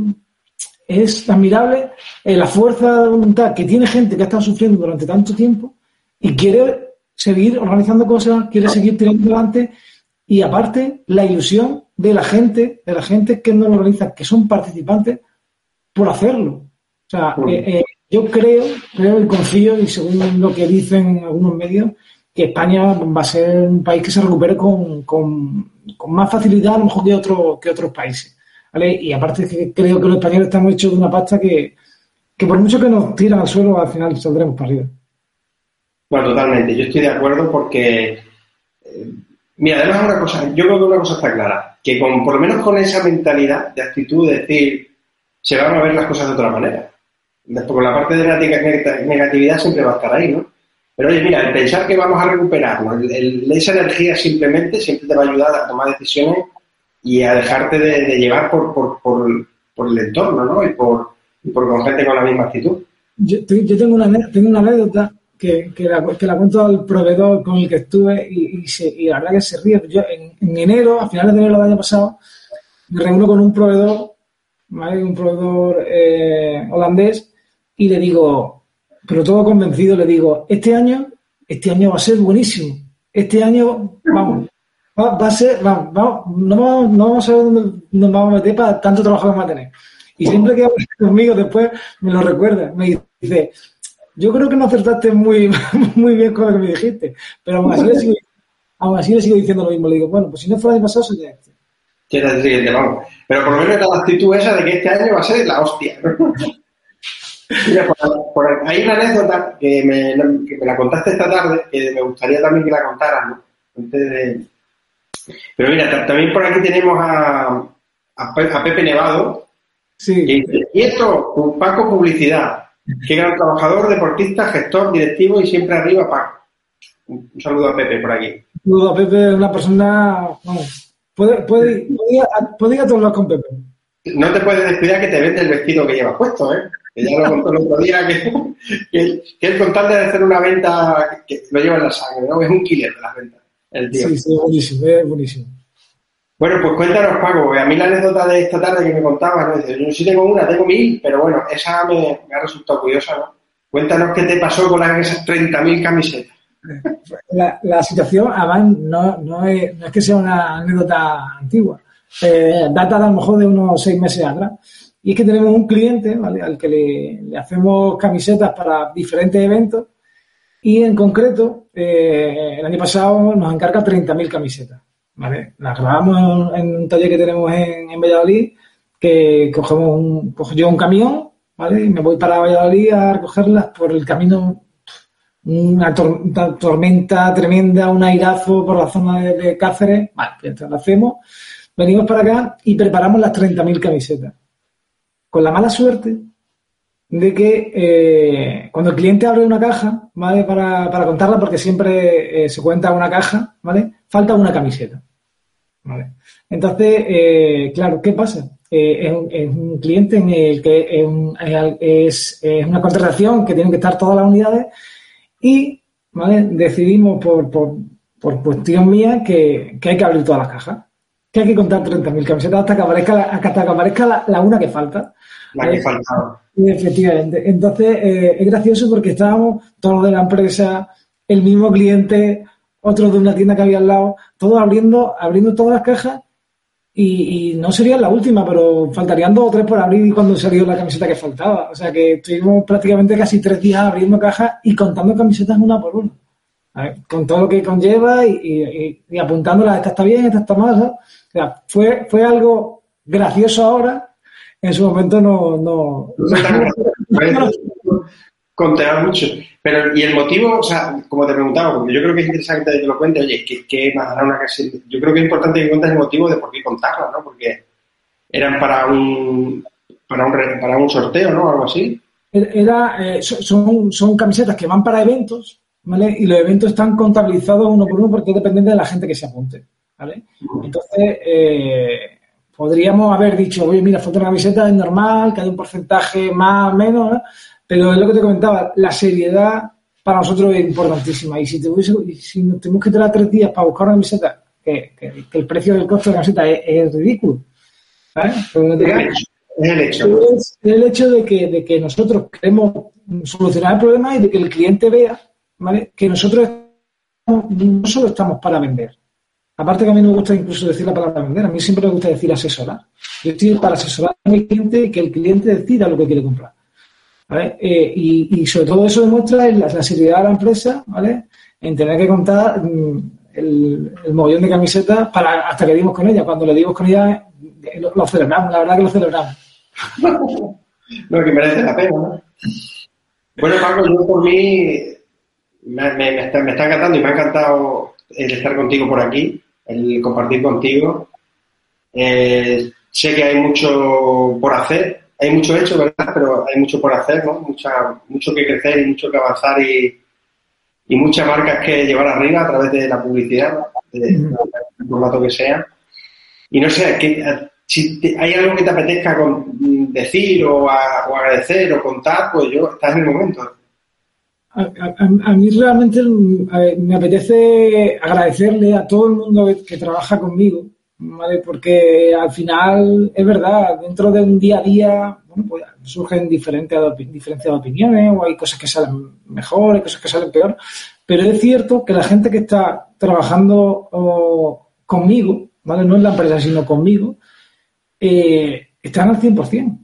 [SPEAKER 3] es admirable eh, la fuerza de voluntad que tiene gente que ha estado sufriendo durante tanto tiempo y quiere seguir organizando cosas, quiere seguir tirando adelante y aparte la ilusión de la gente, de la gente que no lo organiza, que son participantes por hacerlo. O sea, uh-huh. eh, eh, yo creo, creo y confío, y según lo que dicen algunos medios, que España va a ser un país que se recupere con, con, con más facilidad a lo mejor que, otro, que otros países. ¿Vale? Y aparte que creo que los españoles estamos hechos de una pasta que, que por mucho que nos tiran al suelo, al final saldremos para arriba.
[SPEAKER 2] Bueno, totalmente. Yo estoy de acuerdo porque, eh, mira, además una cosa, yo creo que una cosa está clara, que con, por lo menos con esa mentalidad de actitud de decir, se van a ver las cosas de otra manera. Después, con la parte de la negatividad siempre va a estar ahí, ¿no? Pero oye, mira, el pensar que vamos a recuperarnos, el, el, esa energía simplemente siempre te va a ayudar a tomar decisiones y a dejarte de, de llevar por, por, por, por el entorno, ¿no? Y por, y por con gente con la misma actitud.
[SPEAKER 3] Yo, yo tengo, una, tengo una anécdota que, que, la, que la cuento al proveedor con el que estuve y, y, se, y la verdad que se ríe. Yo en, en enero, a finales de enero del año pasado, me reúno con un proveedor, ¿vale? Un proveedor eh, holandés y le digo, pero todo convencido, le digo, este año, este año va a ser buenísimo. Este año, vamos, va, va a ser, vamos, vamos, no, vamos, no vamos a ver dónde nos vamos a meter para tanto trabajo que vamos a tener. Y siempre que habla conmigo después me lo recuerda, me dice, yo creo que no acertaste muy, muy bien con lo que me dijiste, pero aún así le sigo, aún así le sigo diciendo lo mismo. Le digo, bueno, pues si no fuera el año pasado, sería este.
[SPEAKER 2] Sí, es siguiente, vamos. Pero por lo menos la actitud esa de que este año va a ser la hostia, ¿no? Mira, por, por, hay una anécdota que me, que me la contaste esta tarde, que me gustaría también que la contaras, ¿no? Antes de... Pero mira, también por aquí tenemos a, a, Pe, a Pepe Nevado.
[SPEAKER 3] Sí.
[SPEAKER 2] Y dice, quieto, Paco Publicidad. Qué gran trabajador, deportista, gestor, directivo y siempre arriba, Paco. Un saludo a Pepe por aquí.
[SPEAKER 3] Un saludo a Pepe, una persona... Vamos, puede, puede, puede, ir a, puede ir a todos lados con Pepe.
[SPEAKER 2] No te puedes descuidar que te vende el vestido que llevas puesto, ¿eh? Que ya lo contó el otro día, que, que, que él con tal de hacer una venta que lo lleva en la sangre, ¿no? Es un killer de las ventas, el tío.
[SPEAKER 3] Sí, sí, es buenísimo, es buenísimo.
[SPEAKER 2] Bueno, pues cuéntanos, Paco, a mí la anécdota de esta tarde que me contabas, ¿no? Yo sí tengo una, tengo mil, pero bueno, esa me, me ha resultado curiosa, ¿no? Cuéntanos qué te pasó con las, esas treinta mil camisetas.
[SPEAKER 3] La, la situación, además, no, no, es, no es que sea una anécdota antigua, eh, data de a lo mejor de unos seis meses atrás. Y es que tenemos un cliente, ¿vale?, al que le, le hacemos camisetas para diferentes eventos y en concreto eh, el año pasado nos encarga treinta mil camisetas, ¿vale? Las grabamos en, en un taller que tenemos en, en Valladolid, que cogemos un, cojo yo un camión, ¿vale? Y me voy para Valladolid a recogerlas por el camino, una, tor- una tormenta tremenda, un airazo por la zona de, de Cáceres, vale, entonces lo hacemos, venimos para acá y preparamos las treinta mil camisetas. Con la mala suerte de que eh, cuando el cliente abre una caja, ¿vale? Para, para contarla, porque siempre eh, se cuenta una caja, ¿vale? Falta una camiseta, ¿vale? Entonces, eh, claro, ¿qué pasa? Eh, es, un, es un cliente en el que es, un, es, es una contratación que tienen que estar todas las unidades y, ¿vale? Decidimos por, por, por cuestión mía que, que hay que abrir todas las cajas, que hay que contar treinta mil camisetas hasta que aparezca, la, hasta que aparezca la, la una que falta.
[SPEAKER 2] La que faltaba.
[SPEAKER 3] Efectivamente. Entonces, eh, es gracioso porque estábamos todos de la empresa, el mismo cliente, otros de una tienda que había al lado, todos abriendo, abriendo todas las cajas y, y no sería la última, pero faltarían dos o tres por abrir cuando salió la camiseta que faltaba. O sea que estuvimos prácticamente casi tres días abriendo cajas y contando camisetas una por una. A ver, con todo lo que conlleva y, y, y apuntándolas, esta está bien, esta está mal, ¿sabes? O sea, fue, fue algo gracioso ahora. En su momento no... no, no
[SPEAKER 2] Conteaba mucho. Pero, ¿y el motivo? O sea, como te preguntaba, porque yo creo que es interesante que te lo cuentes, oye, ¿qué, qué más dará una caseta? Yo creo que es importante que cuentes el motivo de por qué contarla, ¿no? Porque eran para un para un, para un sorteo, ¿no? Algo así.
[SPEAKER 3] Era, eh, son, son camisetas que van para eventos, ¿vale? Y los eventos están contabilizados uno por uno porque dependen de la gente que se apunte, ¿vale? Entonces, eh, podríamos haber dicho, oye, mira, falta una camiseta, es normal, que hay un porcentaje más o menos, ¿no? Pero es lo que te comentaba, la seriedad para nosotros es importantísima. Y si, te hubiese, si nos tenemos que esperar tres días para buscar una camiseta, que, que, que el precio del costo de la camiseta es, es ridículo, ¿vale? Pero no te
[SPEAKER 2] es el hecho.
[SPEAKER 3] Es el hecho de que, de que nosotros queremos solucionar el problema y de que el cliente vea, ¿vale? Que nosotros no solo estamos para vender. Aparte que a mí me gusta incluso decir la palabra vender, a mí siempre me gusta decir asesorar. Yo estoy para asesorar a mi cliente y que el cliente decida lo que quiere comprar, ¿vale? Eh, y, y sobre todo eso demuestra la, la seriedad de la empresa, ¿vale? En tener que contar el, el mogollón de camisetas para hasta que dimos con ella. Cuando le dimos con ella, lo, lo celebramos, la verdad que lo celebramos.
[SPEAKER 2] No, que merece la pena, ¿no? Bueno, Paco, yo por mí me, me, me, está, me está encantando y me ha encantado el estar contigo por aquí, el compartir contigo. Eh, sé que hay mucho por hacer, hay mucho hecho, ¿verdad? Pero hay mucho por hacer, ¿no? Mucha, mucho que crecer y mucho que avanzar y, y muchas marcas que llevar arriba a través de la publicidad, de, de, del formato que sea. Y no sé, ¿qué, si te, hay algo que te apetezca con, decir o, a, o agradecer o contar, pues yo, estás en el momento.
[SPEAKER 3] A, a, a mí realmente me apetece agradecerle a todo el mundo que, que trabaja conmigo, ¿vale? Porque al final es verdad, dentro de un día a día, bueno, pues surgen diferentes diferencias de opiniones o hay cosas que salen mejor, hay cosas que salen peor, pero es cierto que la gente que está trabajando oh, conmigo, ¿vale? No en la empresa, sino conmigo, eh, están al cien por ciento.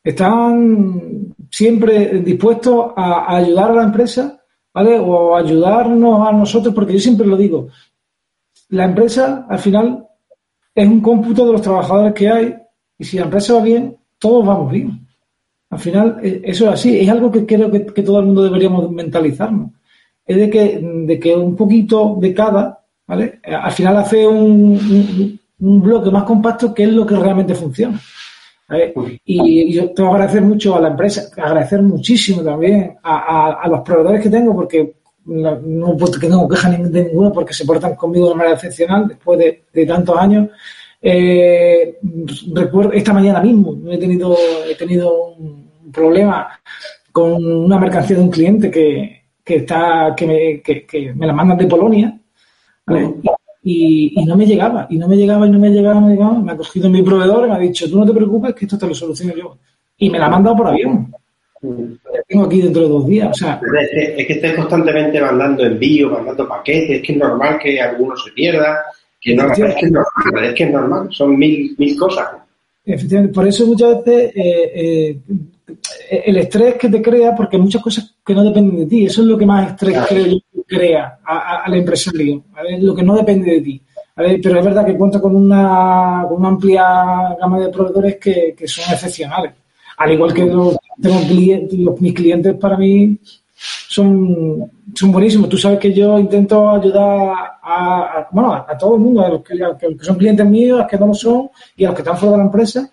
[SPEAKER 3] Están siempre dispuestos a, a ayudar a la empresa, ¿vale? O a ayudarnos a nosotros, porque yo siempre lo digo, la empresa al final es un cómputo de los trabajadores que hay y si la empresa va bien, todos vamos bien. Al final, eso es así, es algo que creo que, que todo el mundo deberíamos mentalizarnos. Es de que, de que un poquito de cada, ¿vale? Al final hace un, un, un bloque más compacto que es lo que realmente funciona. ¿Vale? Y yo tengo que agradecer mucho a la empresa, agradecer muchísimo también a, a, a los proveedores que tengo, porque no, no tengo queja de ninguno porque se portan conmigo de manera excepcional después de, de tantos años. Eh, recuerdo esta mañana mismo he tenido he tenido un problema con una mercancía de un cliente que, que está que me, que, que me la mandan de Polonia, ¿vale? Y, y no me llegaba, y no me llegaba, y no me llegaba, no me llegaba. Me ha cogido mi proveedor y me ha dicho, tú no te preocupes, que esto te lo soluciono yo. Y me la ha mandado por avión. La tengo aquí dentro de dos días. O sea,
[SPEAKER 2] es, que, es que estés constantemente mandando envíos, mandando paquetes, es que es normal que alguno se pierda, que no, es que es normal, es que es normal, son mil, mil cosas.
[SPEAKER 3] Efectivamente, por eso muchas veces eh, eh, el estrés que te crea, porque hay muchas cosas que no dependen de ti, eso es lo que más estrés claro. creo yo que crea al empresario, ¿vale? Lo que no depende de ti, ¿vale? Pero es verdad que cuenta con una, con una amplia gama de proveedores que, que son excepcionales, al igual que los, tengo clientes, los, mis clientes para mí son, son buenísimos. Tú sabes que yo intento ayudar a, a bueno, a, a todo el mundo, a los que, a los que son clientes míos, a los que no lo son y a los que están fuera de la empresa,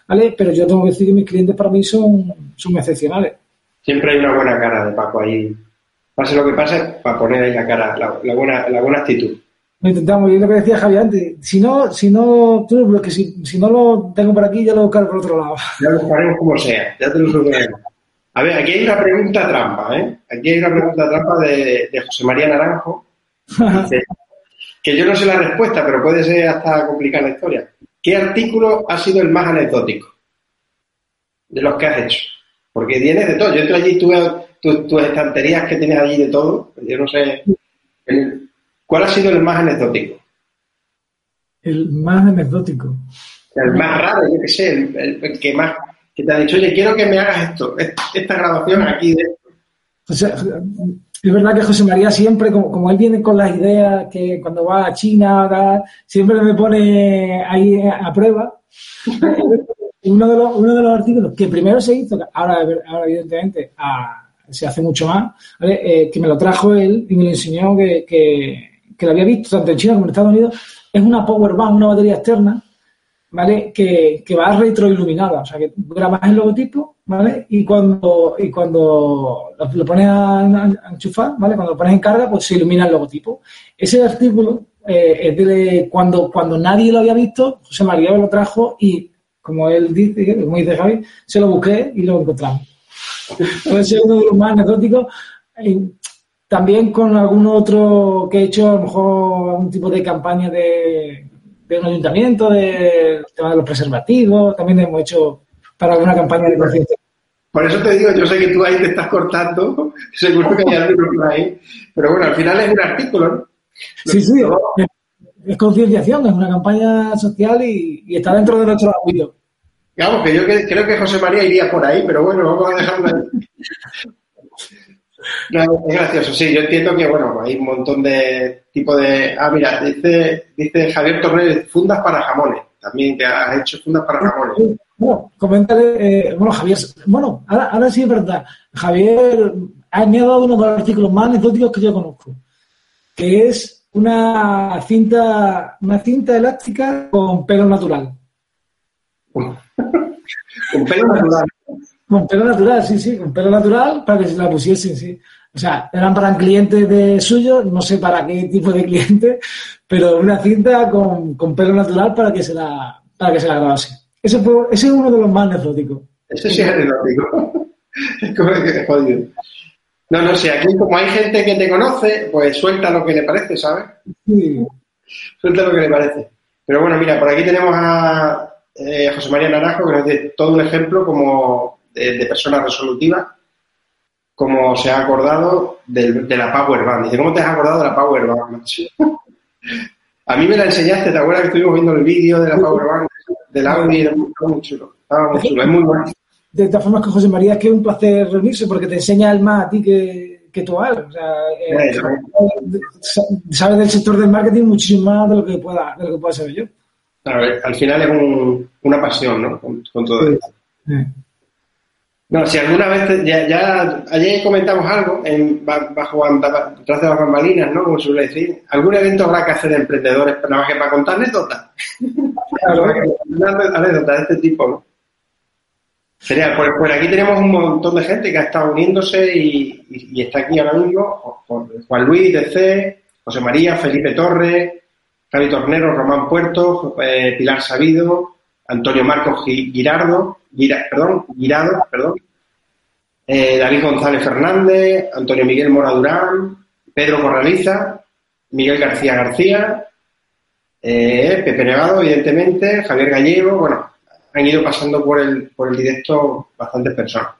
[SPEAKER 3] ¿vale? Pero yo tengo que decir que mis clientes para mí son, son excepcionales.
[SPEAKER 2] Siempre hay una buena cara de Paco ahí. Pase lo que pase, para poner ahí la cara, la, la buena, la buena actitud.
[SPEAKER 3] Lo intentamos, yo lo que decía Javier antes, si no, si no, tú, porque si, si no lo tengo por aquí, ya lo buscaré por otro lado.
[SPEAKER 2] Ya lo buscaremos como sea, ya te lo solucionaremos. A ver, aquí hay una pregunta trampa, ¿eh? Aquí hay una pregunta trampa de, de José María Naranjo, dice, que yo no sé la respuesta, pero puede ser hasta complicada la historia. ¿Qué artículo ha sido el más anecdótico de los que has hecho? Porque tienes de todo. Yo entro allí y tú veo tus, tus estanterías que tienes allí de todo. Yo no sé... El, ¿Cuál ha sido el más anecdótico?
[SPEAKER 3] El más anecdótico.
[SPEAKER 2] El más raro, yo qué sé, el, el, el que más, que te ha dicho, oye, quiero que me hagas esto, esta grabación aquí de esto.
[SPEAKER 3] O sea, es verdad que José María siempre, como, como él viene con las ideas que cuando va a China, ahora, siempre me pone ahí a prueba. Uno de los, uno de los artículos que primero se hizo, ahora, ahora evidentemente a, se hace mucho más, ¿vale? Eh, que me lo trajo él y me lo enseñó que, que que lo había visto tanto en China como en Estados Unidos, es una power bank, una batería externa, ¿vale? Que, que va retroiluminada, o sea, que grabas el logotipo, ¿vale? Y cuando y cuando lo, lo pones a, a enchufar, ¿vale? Cuando lo pones en carga, pues se ilumina el logotipo. Ese artículo eh, es de cuando, cuando nadie lo había visto, José María me lo trajo y, como él dice, como dice Javi, se lo busqué y lo encontramos. Puede ser uno de los más anecdóticos. También con algún otro que he hecho, a lo mejor algún tipo de campaña de, de un ayuntamiento, de tema de los preservativos, también hemos hecho para alguna campaña de conciencia.
[SPEAKER 2] Por eso te digo, yo sé que tú ahí te estás cortando, seguro que hay alguno por ahí, pero bueno, al final es un artículo, ¿no?
[SPEAKER 3] Sí, sí, es, es concienciación, es una campaña social y, y está dentro de nuestro ámbito.
[SPEAKER 2] Digamos que yo creo que José María iría por ahí, pero bueno, vamos a dejarlo ahí. No, es gracioso, sí, yo entiendo que, bueno, hay un montón de tipo de... Ah, mira, dice, dice Javier Torres, fundas para jamones, también que has hecho fundas para jamones.
[SPEAKER 3] Bueno, coméntale, eh, bueno, Javier, bueno, ahora, ahora sí es verdad, Javier me ha dado uno de los artículos más anecdóticos que yo conozco, que es una cinta, una cinta elástica con pelo natural.
[SPEAKER 2] Con pelo natural.
[SPEAKER 3] Con pelo natural, sí, sí, con pelo natural para que se la pusiesen, sí. O sea, eran para clientes de suyos, no sé para qué tipo de cliente, pero una cinta con, con pelo natural para que se la, para que se la grabase. Ese, fue, ese es uno de los más anecdóticos.
[SPEAKER 2] Ese sí es anecdótico. Es como que jodido. No, no sé, aquí como hay gente que te conoce, pues suelta lo que le parece, ¿sabes?
[SPEAKER 3] Sí.
[SPEAKER 2] Suelta lo que le parece. Pero bueno, mira, por aquí tenemos a eh, José María Naranjo, que nos dice todo un ejemplo como de, de persona resolutiva, como se ha acordado de, de la Power Band. Dice, ¿cómo te has acordado de la Power Band? A mí me la enseñaste, ¿te acuerdas que estuvimos viendo el vídeo de la Power Band del Audi? Era muy, muy chulo, estaba muy chulo, es muy bueno.
[SPEAKER 3] De todas formas, con José María es que es un placer reunirse porque te enseña él más a ti que, que tú a él. O sea, eh, eh, sabes del sector del marketing muchísimo más de lo que pueda, de lo que pueda saber yo.
[SPEAKER 2] Claro, al final es un, una pasión, ¿no? Con, con todo
[SPEAKER 3] sí.
[SPEAKER 2] esto.
[SPEAKER 3] Sí.
[SPEAKER 2] No, si alguna vez, ya, ya ayer comentamos algo en, bajo, detrás de las bambalinas, ¿no? Como se suele decir, algún evento habrá que hacer de emprendedores, nada más que para contar anécdotas. Claro, anécdotas de este tipo, ¿no? Genial, pues, pues aquí tenemos un montón de gente que ha estado uniéndose y, y, y está aquí ahora mismo. Juan Luis de C, José María, Felipe Torres, Javi Tornero, Román Puerto, eh, Pilar Sabido, Antonio Marcos Girardo, Gira, perdón, Girado, perdón, eh, David González Fernández, Antonio Miguel Mora Durán, Pedro Corraliza, Miguel García García, eh, Pepe Nevado, evidentemente, Javier Gallego, bueno, han ido pasando por el, por el directo bastantes personas.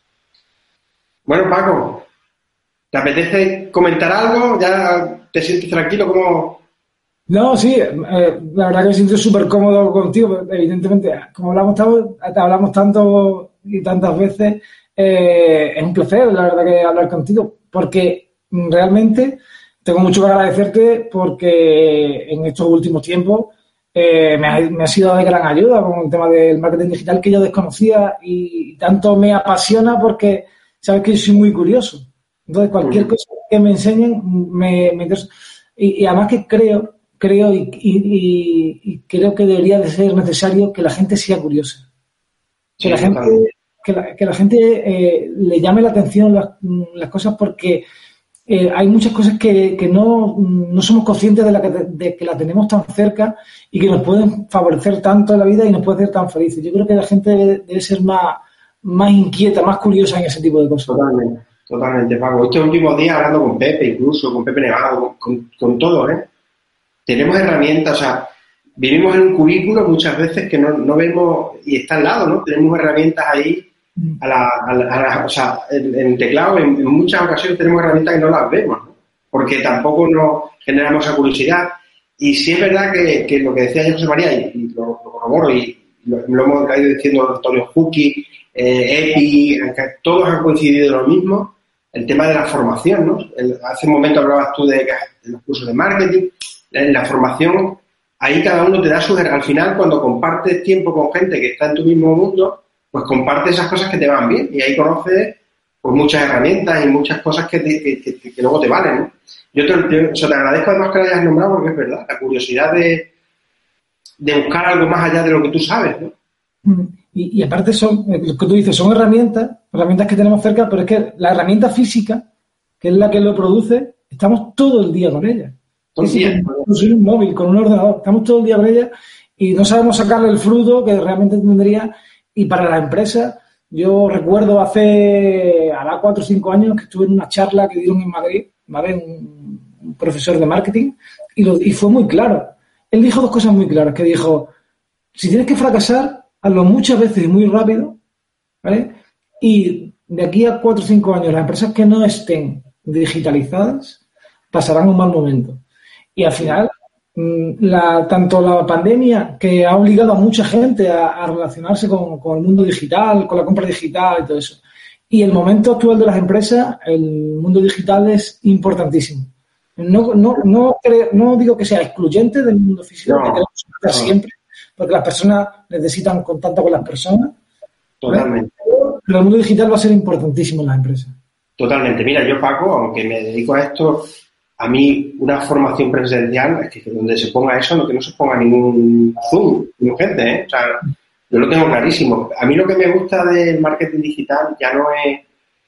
[SPEAKER 2] Bueno, Paco, ¿te apetece comentar algo? ¿Ya te sientes tranquilo? ¿Cómo...?
[SPEAKER 3] No, sí, eh, la verdad que me siento súper cómodo contigo, evidentemente, como hablamos tanto, hablamos tanto y tantas veces, eh, es un placer, la verdad, que hablar contigo, porque realmente tengo mucho que agradecerte porque en estos últimos tiempos eh, me, ha, me ha sido de gran ayuda con el tema del marketing digital que yo desconocía y tanto me apasiona porque sabes que yo soy muy curioso. Entonces, cualquier cosa que me enseñen me, me interesa. Y, y además que creo creo y, y, y creo que debería de ser necesario que la gente sea curiosa. Que la gente, que la, que la gente eh, le llame la atención las, las cosas porque eh, hay muchas cosas que, que no, no somos conscientes de, la que, de que la tenemos tan cerca y que nos pueden favorecer tanto en la vida y nos pueden hacer tan felices. Yo creo que la gente debe, debe ser más, más inquieta, más curiosa en ese tipo de cosas.
[SPEAKER 2] Totalmente, totalmente, Paco. Estos últimos días hablando con Pepe, incluso con Pepe Nevado, con, con, con todos, ¿eh? Tenemos herramientas, o sea, vivimos en un cubículo muchas veces que no, no vemos y está al lado, ¿no? Tenemos herramientas ahí, a la, a la, a la, o sea, en, en teclado, en, en muchas ocasiones tenemos herramientas que no las vemos, ¿no? Porque tampoco nos generamos esa curiosidad. Y sí es verdad que, que lo que decía José María, y, y lo, lo corroboro, y lo, lo hemos ido diciendo Antonio Jucchi, eh, Epi, todos han coincidido en lo mismo, el tema de la formación, ¿no? El, hace un momento hablabas tú de, de los cursos de marketing, en la formación. Ahí cada uno te da su... Al final, cuando compartes tiempo con gente que está en tu mismo mundo, pues compartes esas cosas que te van bien y ahí conoces pues muchas herramientas y muchas cosas que, te, que, que, que luego te valen, ¿no? Yo te, te, o sea, te agradezco además que lo hayas nombrado porque es verdad, la curiosidad de, de buscar algo más allá de lo que tú sabes, ¿no?
[SPEAKER 3] Y, y aparte son, lo que tú dices, son herramientas, herramientas que tenemos cerca, pero es que la herramienta física, que es la que lo produce, estamos todo el día con ella.
[SPEAKER 2] Todo el día.
[SPEAKER 3] Con un móvil, con un ordenador, estamos todo el día con ella y no sabemos sacarle el fruto que realmente tendría. Y para la empresa, yo recuerdo hace, hará cuatro o cinco años que estuve en una charla que dieron en Madrid, ¿vale? Un, un profesor de marketing, y, lo, y fue muy claro. Él dijo dos cosas muy claras, que dijo, si tienes que fracasar, hazlo muchas veces y muy rápido, ¿vale? Y de aquí a cuatro o cinco años, las empresas que no estén digitalizadas pasarán un mal momento. Y al final, la, tanto la pandemia, que ha obligado a mucha gente a, a relacionarse con, con el mundo digital, con la compra digital y todo eso, y el momento actual de las empresas, el mundo digital es importantísimo. No, no, no, creo, no digo que sea excluyente del mundo físico, no, que queremos estar no. siempre, porque las personas necesitan contacto con las personas.
[SPEAKER 2] Totalmente.
[SPEAKER 3] Pero, pero el mundo digital va a ser importantísimo en las empresas.
[SPEAKER 2] Totalmente. Mira, yo, Paco, aunque me dedico a esto, a mí una formación presencial es que donde se ponga eso, no que no se ponga ningún Zoom, ningún gente, ¿eh? O sea, yo lo tengo clarísimo. A mí lo que me gusta del marketing digital ya no es,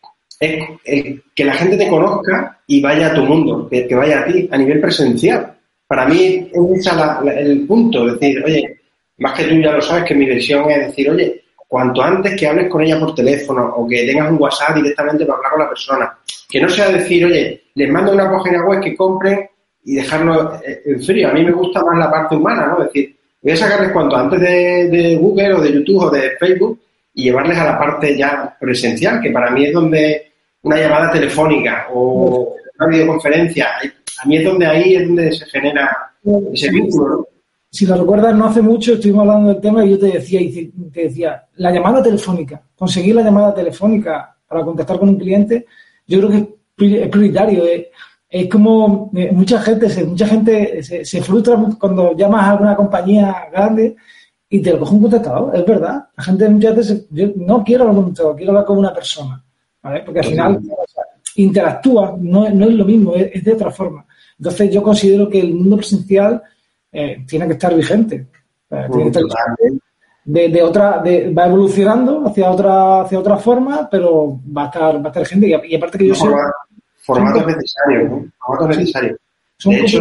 [SPEAKER 2] es, es que la gente te conozca y vaya a tu mundo, que, que vaya a ti a nivel presencial. Para mí es ese la, la, el punto, es decir, oye, más que tú ya lo sabes que mi visión es decir, oye, cuanto antes que hables con ella por teléfono o que tengas un WhatsApp directamente para hablar con la persona. Que no sea decir, oye, les mando una página web que compren y dejarlo en frío. A mí me gusta más la parte humana, ¿no? Es decir, voy a sacarles cuanto antes de, de Google o de YouTube o de Facebook y llevarles a la parte ya presencial, que para mí es donde una llamada telefónica o una videoconferencia, a mí es donde ahí es donde se genera ese vínculo, ¿no?
[SPEAKER 3] Si lo recuerdas, no hace mucho estuvimos hablando del tema y yo te decía, y te decía, la llamada telefónica, conseguir la llamada telefónica para contactar con un cliente, yo creo que es prioritario. Es, es como eh, mucha gente, se, mucha gente se, se frustra cuando llamas a alguna compañía grande y te lo coge un contestador, es verdad. La gente muchas veces, yo no quiero hablar con un contestador, quiero hablar con una persona, ¿vale? Porque al final o sea, interactúa, no, no es lo mismo, es, es de otra forma. Entonces yo considero que el mundo presencial Eh, tiene que estar vigente. Eh, tiene que estar vigente de, de otra, de, va evolucionando hacia otra, hacia otra forma, pero va a estar, va a estar gente. Y, y aparte que yo
[SPEAKER 2] no, sé. Formato es necesario, ¿no? Formato es necesario. De hecho,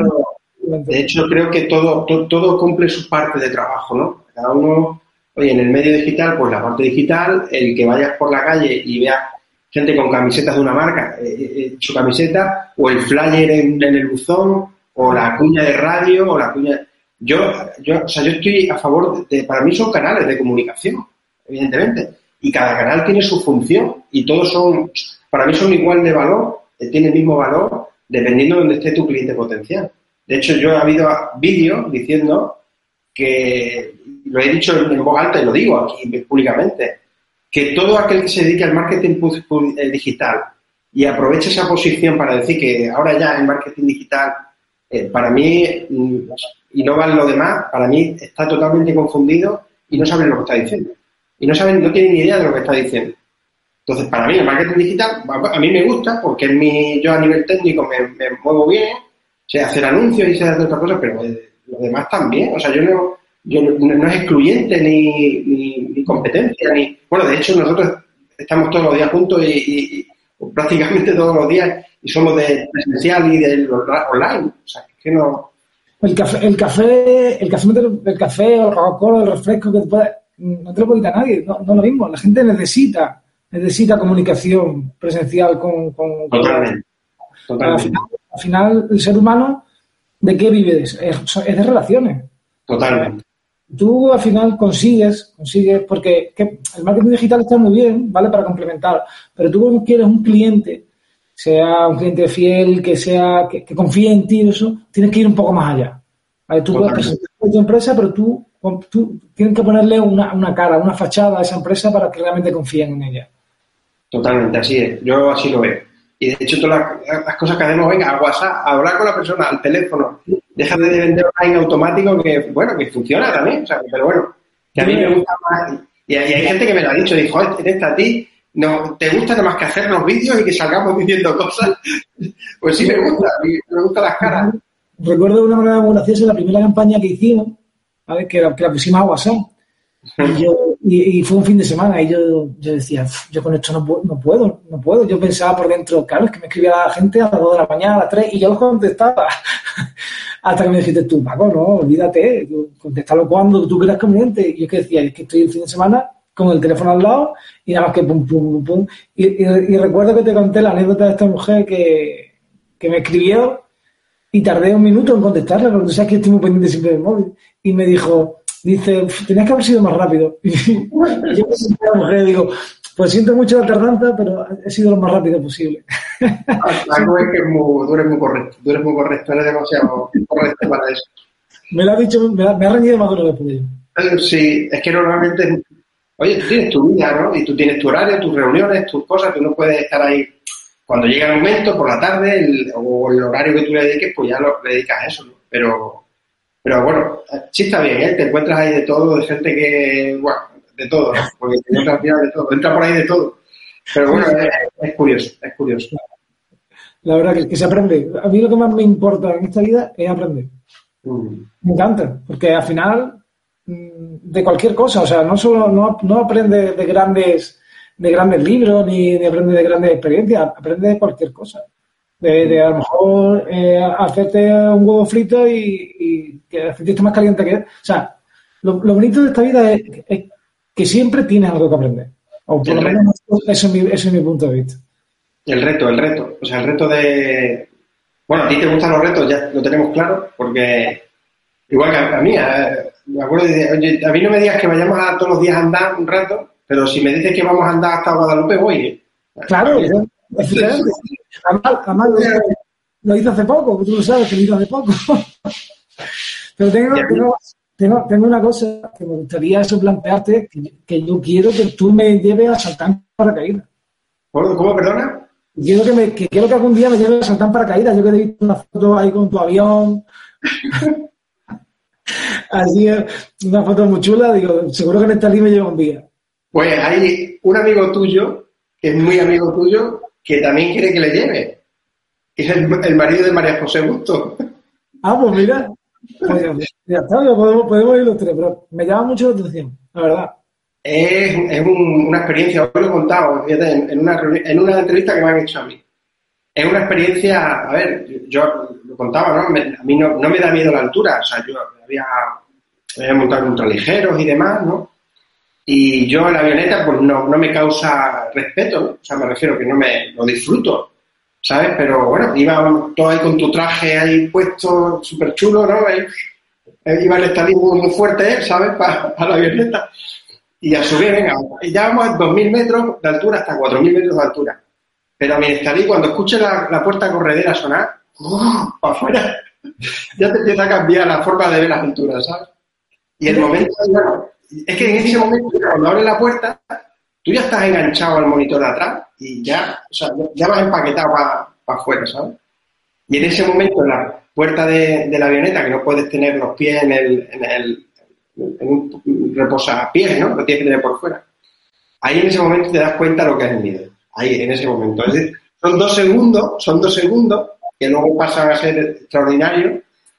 [SPEAKER 2] de hecho, creo que todo, todo, todo cumple su parte de trabajo, ¿no? Cada uno, oye, en el medio digital, pues la parte digital, el que vayas por la calle y veas gente con camisetas de una marca, eh, eh, su camiseta, o el flyer en, en el buzón, o la cuña de radio, o la cuña... Yo, yo, o sea, yo estoy a favor de... Para mí son canales de comunicación, evidentemente. Y cada canal tiene su función. Y todos son... Para mí son igual de valor, tienen el mismo valor, dependiendo de donde esté tu cliente potencial. De hecho, yo he habido vídeos diciendo que... Lo he dicho en voz alta y lo digo aquí públicamente, que todo aquel que se dedique al marketing digital y aproveche esa posición para decir que ahora ya el marketing digital... Eh, para mí, y no vale lo demás, para mí está totalmente confundido y no saben lo que está diciendo. Y no saben, no tienen ni idea de lo que está diciendo. Entonces, para mí, el marketing digital, a mí me gusta porque es mi, yo a nivel técnico me, me muevo bien, sé hacer anuncios y sé hacer otras cosas, pero lo demás también. O sea, yo no, yo no, no es excluyente ni, ni, ni competencia, ni... Bueno, de hecho, nosotros estamos todos los días juntos y, y, y prácticamente todos los días y somos de presencial y de online. O sea, que no...
[SPEAKER 3] El café, el café, el café, el café o el Coca-Cola, el refresco que te puede, no te lo puede quitar nadie, no, no es lo mismo. La gente necesita, necesita comunicación presencial con... con
[SPEAKER 2] Totalmente.
[SPEAKER 3] con, Totalmente. Al final, al final, el ser humano, ¿de qué vive? Es, es de relaciones.
[SPEAKER 2] Totalmente.
[SPEAKER 3] Tú al final consigues, consigues, porque que el marketing digital está muy bien, ¿vale? Para complementar, pero tú quieres un cliente, sea un cliente fiel, que sea, que, que confíe en ti, eso, tienes que ir un poco más allá. ¿Vale? Tú puedes presentar tu empresa, pero tú, tú tienes que ponerle una, una cara, una fachada a esa empresa para que realmente confíen en ella.
[SPEAKER 2] Totalmente, así es. Yo así lo veo. Y de hecho, todas las, las cosas que hacemos, venga, a WhatsApp, a hablar con la persona, al teléfono, deja de vender online automático que, bueno, que funciona también, o sea, pero bueno, que a mí me gusta más. Y, y hay gente que me lo ha dicho, dijo, en esta a ti, no, ¿te gusta nada más que hacernos vídeos y que salgamos diciendo cosas? Pues sí me gusta, me gustan las caras.
[SPEAKER 3] Recuerdo de una manera muy graciosa la primera campaña que hicimos, ¿vale? Que, la, que la pusimos a WhatsApp. Y, yo, y, y fue un fin de semana y yo, yo decía, yo con esto no, no puedo, no puedo. Yo pensaba por dentro, claro, es que me escribía la gente a las dos de la mañana, a las tres, y yo los contestaba. Hasta que me dijiste tú, Paco, no, olvídate, contéstalo cuando tú quieras conveniente. Y yo que decía, es que estoy el fin de semana con el teléfono al lado y nada más que pum, pum, pum, pum. Y, y, y recuerdo que te conté la anécdota de esta mujer que, que me escribió y tardé un minuto en contestarle, porque tú sabes que estoy muy pendiente siempre del móvil. Y me dijo... Dice, tenías que haber sido más rápido. Y yo me la mujer digo, pues siento mucho la tardanza, pero he sido lo más rápido posible.
[SPEAKER 2] Algo es que es muy, tú eres muy correcto, tú eres muy correcto, eres demasiado correcto para eso.
[SPEAKER 3] Me lo ha dicho, me ha, me ha reñido más de una vez por ello.
[SPEAKER 2] Sí, es que normalmente, oye, tú tienes tu vida, ¿no? Y tú tienes tu horario, tus reuniones, tus cosas, tú no puedes estar ahí. Cuando llega el momento, por la tarde, el, o el horario que tú le dediques, pues ya lo le dedicas a eso, ¿no? Pero... Pero bueno, sí está bien, ¿eh? Te encuentras ahí de todo, de gente que... Bueno, de todo, ¿no? Porque te encuentras de todo, entra por ahí de todo. Pero bueno, es, es curioso, es curioso.
[SPEAKER 3] La verdad que, que se aprende. A mí lo que más me importa en esta vida es aprender. Mm. Me encanta, porque al final, de cualquier cosa, o sea, no solo no, no aprende de grandes, de grandes libros, ni, ni aprende de grandes experiencias, aprende de cualquier cosa. De, de a lo mejor eh, hacerte un huevo frito y, y que el frito esté más caliente que él. O sea, lo, lo bonito de esta vida es, es que siempre tienes algo que aprender. O por lo menos eso es, mi, eso es mi punto de vista.
[SPEAKER 2] El reto, el reto. O sea, el reto de... Bueno, a ti te gustan los retos, ya lo tenemos claro, porque igual que a, a mí, a, me acuerdo de, oye, a mí no me digas que vayamos a todos los días a andar un rato, pero si me dices que vamos a andar hasta Guadalupe, voy. ¿eh?
[SPEAKER 3] Claro, efectivamente. Además, además lo hice hace poco, tú lo sabes que lo hice hace poco. Pero tengo, tengo, tengo, tengo una cosa que me gustaría eso plantearte, que, que yo quiero que tú me lleves a saltar en paracaídas.
[SPEAKER 2] ¿Cómo, perdona?
[SPEAKER 3] Quiero que, me, que quiero que algún día me lleves a saltar en paracaídas. Yo que te he visto una foto ahí con tu avión. Así, una foto muy chula. Digo, seguro que en esta línea me lleva un día.
[SPEAKER 2] Pues hay un amigo tuyo, que es muy amigo tuyo, que también quiere que le lleve. Es el, el marido de María José Busto.
[SPEAKER 3] Ah, pues mira. Pues ya está, ya podemos, podemos ir los tres, pero me llama mucho la atención, la verdad.
[SPEAKER 2] Es, es un, una experiencia, hoy lo he contado, fíjate, en, en, una, en una entrevista que me han hecho a mí. Es una experiencia, a ver, yo lo contaba, ¿no? Me, a mí no, no me da miedo la altura, o sea, yo había, había montado ultraligeros y demás, ¿no? Y yo en la avioneta, pues no, no me causa respeto, ¿no? O sea, me refiero que no me lo disfruto, ¿sabes? Pero bueno, iba todo ahí con tu traje ahí puesto, súper chulo, ¿no? Ahí, iba el estadismo muy fuerte, ¿sabes? Para, para la avioneta. Y a subir, venga, y ya vamos a dos mil metros de altura hasta cuatro mil metros de altura. Pero a mi estalí, cuando escuche la, la puerta corredera sonar, ¡uh! Para afuera, ya te empieza a cambiar la forma de ver las alturas, ¿sabes? Y el momento, bueno, es que en ese momento, cuando abre la puerta, tú ya estás enganchado al monitor de atrás y ya, o sea, ya vas empaquetado para pa afuera, ¿sabes? Y en ese momento, en la puerta de, de la avioneta, que no puedes tener los pies en el, en el en un reposapiés, ¿no? Lo tienes que tener por fuera. Ahí en ese momento te das cuenta de lo que es el miedo. Ahí, en ese momento. Es decir, son dos segundos, son dos segundos que luego pasan a ser extraordinarios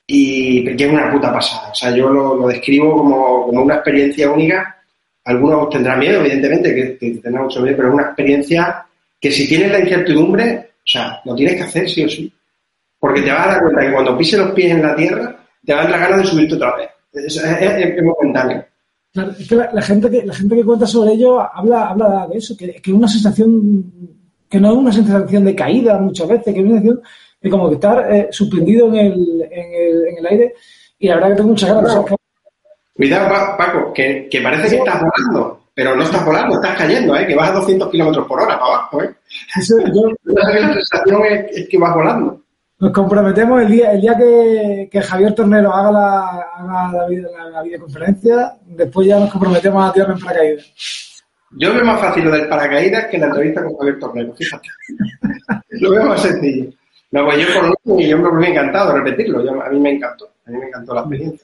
[SPEAKER 2] y que es una puta pasada. O sea, yo lo, lo describo como, como una experiencia única. Algunos tendrán miedo, evidentemente, que, que tendrán mucho miedo, pero es una experiencia que si tienes la incertidumbre, o sea, lo tienes que hacer sí o sí. Porque te vas a dar cuenta que cuando pises los pies en la tierra, te van a dar ganas de subirte otra vez. Es, es, es, es momentáneo.
[SPEAKER 3] Claro, es que la, la gente que la gente que cuenta sobre ello habla habla de eso, que, que es una sensación, que no es una sensación de caída muchas veces, que es una sensación de como que estar eh, suspendido en el, en, el, en el aire, y la verdad que tengo muchas ganas.
[SPEAKER 2] No. Cuidado, Paco, que, que parece que estás volando, pero no estás volando, estás cayendo, ¿eh? Que vas a doscientos kilómetros por hora para abajo, ¿eh? Eso, yo, la sensación es, es que vas volando.
[SPEAKER 3] Nos comprometemos el día el día que, que Javier Tornero haga la, haga la, la, la videoconferencia, después ya nos comprometemos a tirarme en paracaídas.
[SPEAKER 2] Yo veo más fácil lo del paracaídas que la entrevista con Javier Tornero, fíjate. Lo veo más sencillo. No, pues yo por lo menos, yo me he encantado repetirlo, yo, a mí me encantó, a mí me encantó la experiencia.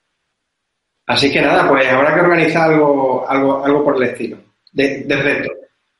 [SPEAKER 2] Así que nada, pues habrá que organizar algo, algo, algo por el estilo, de, de reto.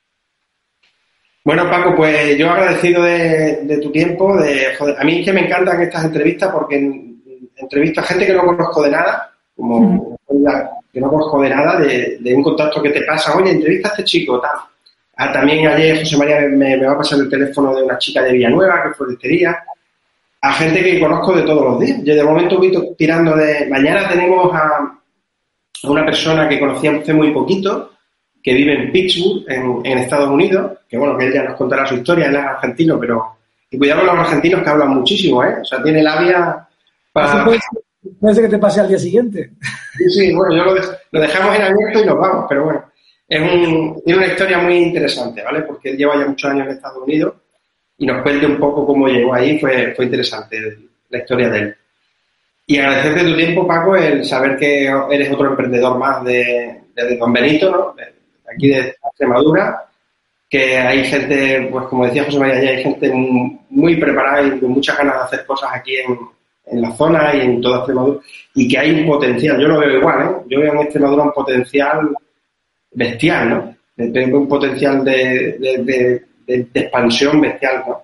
[SPEAKER 2] Bueno, Paco, pues yo agradecido de, de tu tiempo, de joder, a mí es que me encantan estas entrevistas porque en, entrevisto a gente que no conozco de nada, como que no conozco de nada, de, de un contacto que te pasa, oye, entrevista a este chico, tal. Ah, también ayer José María me, me va a pasar el teléfono de una chica de Villanueva, que es floristería, a gente que conozco de todos los días. Yo de momento voy tirando de... Mañana tenemos a, a una persona que conocíamos hace muy poquito, que vive en Pittsburgh, en, en Estados Unidos, que bueno, que él ya nos contará su historia, él es argentino, pero... Y cuidado con los argentinos que hablan muchísimo, ¿eh? O sea, tiene labia para...
[SPEAKER 3] Puede ser, puede ser que te pase al día siguiente.
[SPEAKER 2] Sí, sí, bueno, yo lo, de, lo dejamos en abierto y nos vamos, pero bueno. Es un, tiene una historia muy interesante, ¿vale? Porque él lleva ya muchos años en Estados Unidos y nos cuente un poco cómo llegó ahí, fue, fue interesante la historia de él. Y agradecerte tu tiempo, Paco, el saber que eres otro emprendedor más de, de Don Benito, ¿no? De, de aquí de Extremadura, que hay gente, pues como decía José María, ya hay gente muy, muy preparada y con muchas ganas de hacer cosas aquí en, en la zona y en toda Extremadura, y que hay un potencial, yo lo veo igual, ¿eh? Yo veo en Extremadura un potencial bestial, ¿no? Tengo un potencial de, de, de, de, de expansión bestial, ¿no?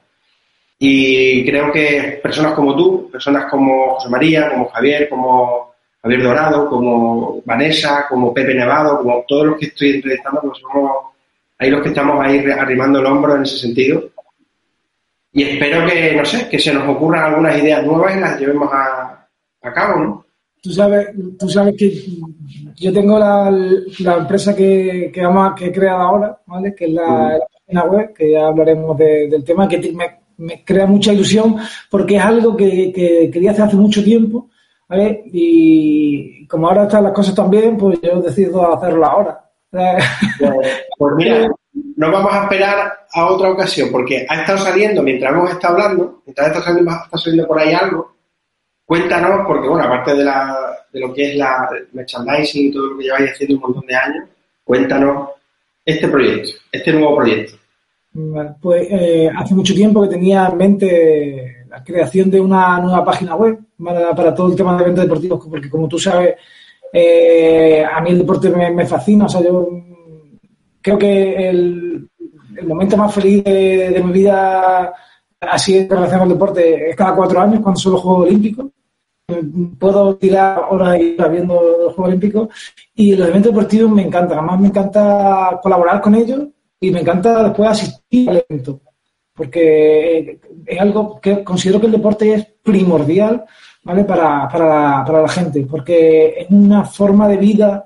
[SPEAKER 2] Y creo que personas como tú, personas como José María, como Javier, como Javier Dorado, como Vanessa, como Pepe Nevado, como todos los que estoy entrevistando, pues somos ahí los que estamos ahí arrimando el hombro en ese sentido. Y espero que, no sé, que se nos ocurran algunas ideas nuevas y las llevemos a, a cabo, ¿no?
[SPEAKER 3] Tú sabes, tú sabes que yo tengo la, la empresa que, que, vamos a, que he creado ahora, ¿vale? Que es la, uh-huh. la página web, que ya hablaremos de, del tema, que me, me crea mucha ilusión porque es algo que, que quería hacer hace mucho tiempo, ¿vale? Y como ahora están las cosas tan bien, pues yo decido hacerlo ahora.
[SPEAKER 2] Pues, pues mira, no vamos a esperar a otra ocasión porque ha estado saliendo, mientras hemos estado hablando, mientras está saliendo, está saliendo por ahí algo. Cuéntanos, porque bueno, aparte de, la, de lo que es la merchandising y todo lo que lleváis haciendo un montón de años, cuéntanos este proyecto, este nuevo proyecto.
[SPEAKER 3] Vale, pues eh, hace mucho tiempo que tenía en mente la creación de una nueva página web para, para todo el tema de eventos deportivos, porque como tú sabes, eh, a mí el deporte me, me fascina. O sea, yo creo que el, el momento más feliz de, de mi vida así en relación al deporte es cada cuatro años cuando son los Juegos Olímpicos. Puedo tirar horas y horas viendo los Juegos Olímpicos y los eventos deportivos me encantan. Además me encanta colaborar con ellos y me encanta después asistir al evento porque es algo que considero que el deporte es primordial, ¿vale? para, para, la, para la gente, porque es una forma de vida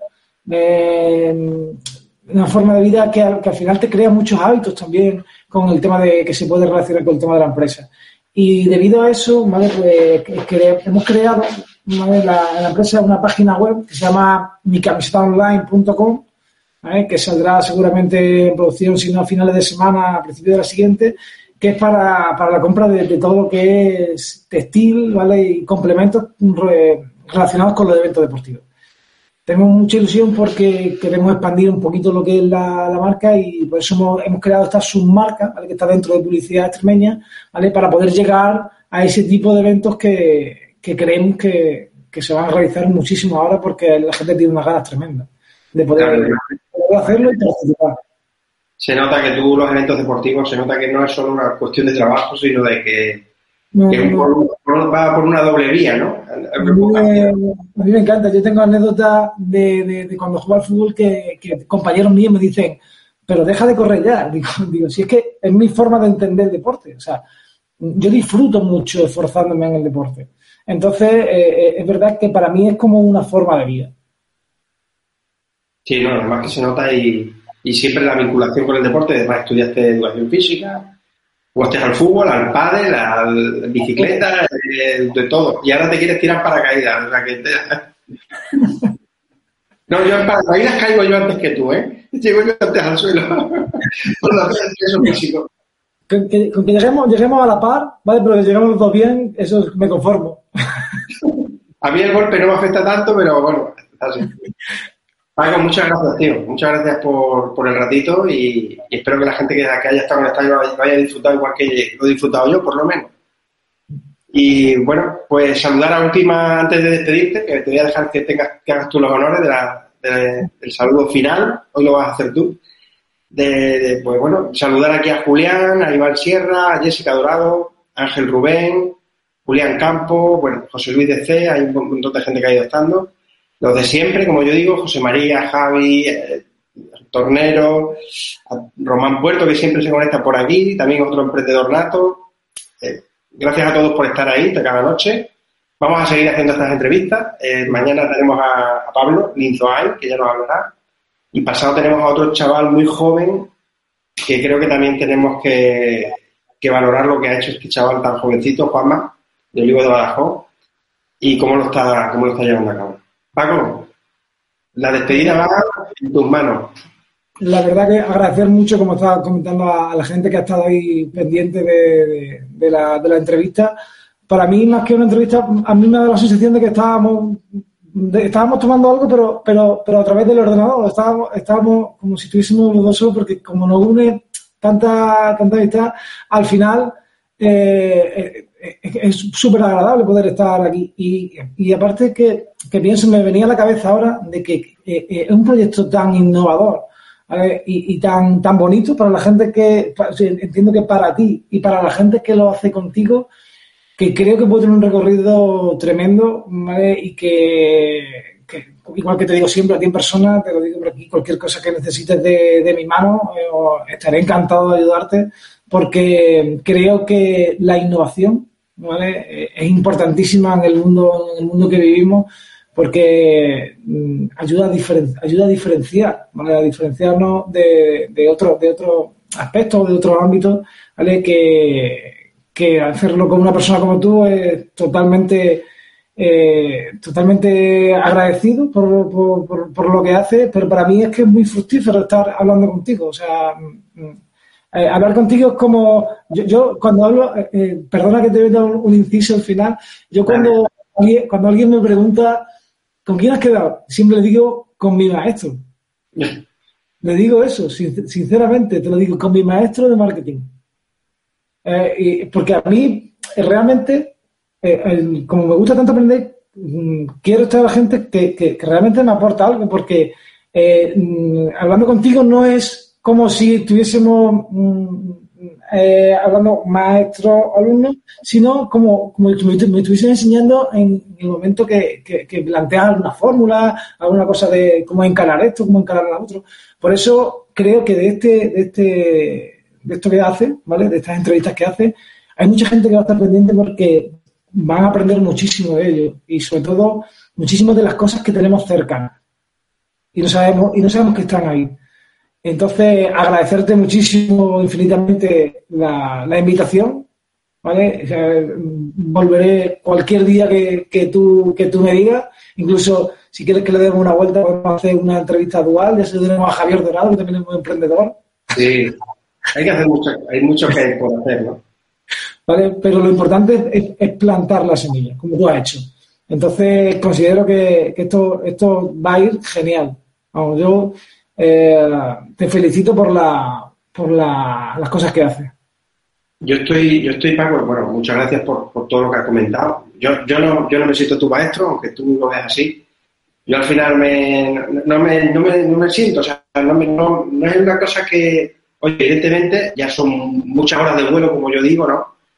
[SPEAKER 3] eh, una forma de vida que, que al final te crea muchos hábitos también con el tema de que se puede relacionar con el tema de la empresa. Y debido a eso, ¿vale? Pues que hemos creado, ¿vale? la, la empresa una página web que se llama mi camiseta online punto com, ¿vale? Que saldrá seguramente en producción, si no a finales de semana, a principios de la siguiente, que es para, para la compra de, de todo lo que es textil, ¿vale? Y complementos re, relacionados con los eventos deportivos. Tenemos mucha ilusión porque queremos expandir un poquito lo que es la, la marca y por eso hemos, hemos creado esta submarca, ¿vale? Que está dentro de Publicidad Extremeña, ¿vale? Para poder llegar a ese tipo de eventos que, que creemos que, que se van a realizar muchísimo ahora porque la gente tiene unas ganas tremendas de poder, claro, de poder hacerlo y participar.
[SPEAKER 2] Se nota que tú los eventos deportivos, se nota que no es solo una cuestión de trabajo, sino de que
[SPEAKER 3] No,
[SPEAKER 2] que
[SPEAKER 3] no.
[SPEAKER 2] por, por, va por una doble vía, ¿no?
[SPEAKER 3] A mí, me, a mí me encanta. Yo tengo anécdotas de, de, de cuando juego al fútbol que, que compañeros míos me dicen, pero deja de correr ya. Digo, digo, si es que es mi forma de entender el deporte. O sea, yo disfruto mucho esforzándome en el deporte. Entonces, eh, es verdad que para mí es como una forma de vida.
[SPEAKER 2] Sí, no, además que se nota y, y siempre la vinculación con el deporte. Además, estudiaste educación física, jugaste al fútbol, al pádel, a la bicicleta, eh, de todo. Y ahora te quieres tirar paracaídas. O sea, que te... No, yo en paracaídas caigo yo antes que tú, ¿eh? Llego yo antes al suelo. Por lo eso físico.
[SPEAKER 3] Con que, con que lleguemos, lleguemos a la par, ¿vale? Pero que lleguemos los dos bien, eso me conformo.
[SPEAKER 2] A mí el golpe no me afecta tanto, pero bueno, así. Paco, muchas gracias, tío. Muchas gracias por, por el ratito y, y espero que la gente que, que haya estado conectada lo haya disfrutado igual que lo he disfrutado yo, por lo menos. Y bueno, pues saludar a última antes de despedirte, que te voy a dejar que tengas que hagas tú los honores de la, de, del saludo final. Hoy lo vas a hacer tú. De, de, pues bueno, saludar aquí a Julián, a Iván Sierra, a Jessica Dorado, Ángel Rubén, Julián Campo, bueno, José Luis de C, hay un montón de gente que ha ido estando. Los de siempre, como yo digo, José María, Javi, eh, Tornero, Román Puerto, que siempre se conecta por aquí, también otro emprendedor nato. Eh, gracias a todos por estar ahí de cada noche. Vamos a seguir haciendo estas entrevistas. Eh, mañana tenemos a, a Pablo Linzoay, que ya nos hablará. Y pasado tenemos a otro chaval muy joven que creo que también tenemos que, que valorar lo que ha hecho este chaval tan jovencito, Juanma, de Olivo de Badajoz, y cómo lo está, cómo lo está llevando a cabo. Paco, la despedida va en tus manos.
[SPEAKER 3] La verdad que agradecer mucho, como estaba comentando, a, a la gente que ha estado ahí pendiente de, de, de, la, de la entrevista. Para mí, más que una entrevista, a mí me da la sensación de que estábamos, de, estábamos tomando algo, pero, pero, pero a través del ordenador. Estábamos, estábamos como si estuviésemos los dos solos, porque como nos une tanta, tanta amistad, al final eh, eh, es súper agradable poder estar aquí. Y, y aparte que, que pienso, me venía a la cabeza ahora de que eh, eh, es un proyecto tan innovador, ¿vale? y, y tan, tan bonito para la gente que, entiendo que para ti y para la gente que lo hace contigo, que creo que puede tener un recorrido tremendo, ¿vale? Y que, que, igual que te digo siempre a ti en persona, te lo digo por aquí, cualquier cosa que necesites de, de mi mano, eh, estaré encantado de ayudarte, porque creo que la innovación, ¿vale? Es importantísima en el mundo, en el mundo que vivimos, porque mm, ayuda a, diferen, ayuda a diferenciar, ¿vale? A diferenciarnos de, de otros de otro aspectos, de otros ámbitos, ¿vale? Que que hacerlo con una persona como tú es totalmente eh, totalmente agradecido por, por, por, por lo que haces, pero para mí es que es muy fructífero estar hablando contigo. O sea, eh, hablar contigo es como... Yo, yo cuando hablo... Eh, perdona que te voy a dar un inciso al final. Yo cuando, alguien, cuando alguien me pregunta ¿con quién has quedado? Siempre le digo con mi maestro. Le digo eso, sinceramente, te lo digo, con mi maestro de marketing. Eh, y porque a mí eh, realmente, eh, el, como me gusta tanto aprender, mm, quiero estar a la gente que, que, que realmente me aporta algo, porque eh, mm, hablando contigo no es como si estuviésemos mm, eh, hablando maestro-alumno, sino como, como si me, me estuviesen enseñando en el momento que, que, que planteas alguna fórmula, alguna cosa de cómo encarar esto, cómo encarar lo otro. Por eso creo que de este... De este de esto que hace, ¿vale? De estas entrevistas que hace, hay mucha gente que va a estar pendiente porque van a aprender muchísimo de ello y sobre todo muchísimo de las cosas que tenemos cercanas y no sabemos y no sabemos que están ahí. Entonces, agradecerte muchísimo, infinitamente la, la invitación, ¿vale? O sea, volveré cualquier día que, que tú que tú me digas, incluso si quieres que le demos una vuelta, podemos hacer una entrevista dual, ya se lo tenemos a Javier Dorado, que también es muy emprendedor.
[SPEAKER 2] Sí. Hay que hacer mucho, hay mucho que por hacer, ¿no?
[SPEAKER 3] ¿Vale? Pero lo importante es, es plantar la semilla, como tú has hecho. Entonces, considero que, que esto, esto va a ir genial. Vamos, yo eh, te felicito por la, por la, las cosas que haces.
[SPEAKER 2] Yo estoy, yo estoy, Paco, bueno, muchas gracias por, por todo lo que has comentado. Yo, yo no, yo no me siento tu maestro, aunque tú lo veas así. Yo al final me, no, me, no, me, no me siento, o sea, no, me, no, no es una cosa que... Oye, evidentemente ya son muchas horas de vuelo, como yo digo, ¿no?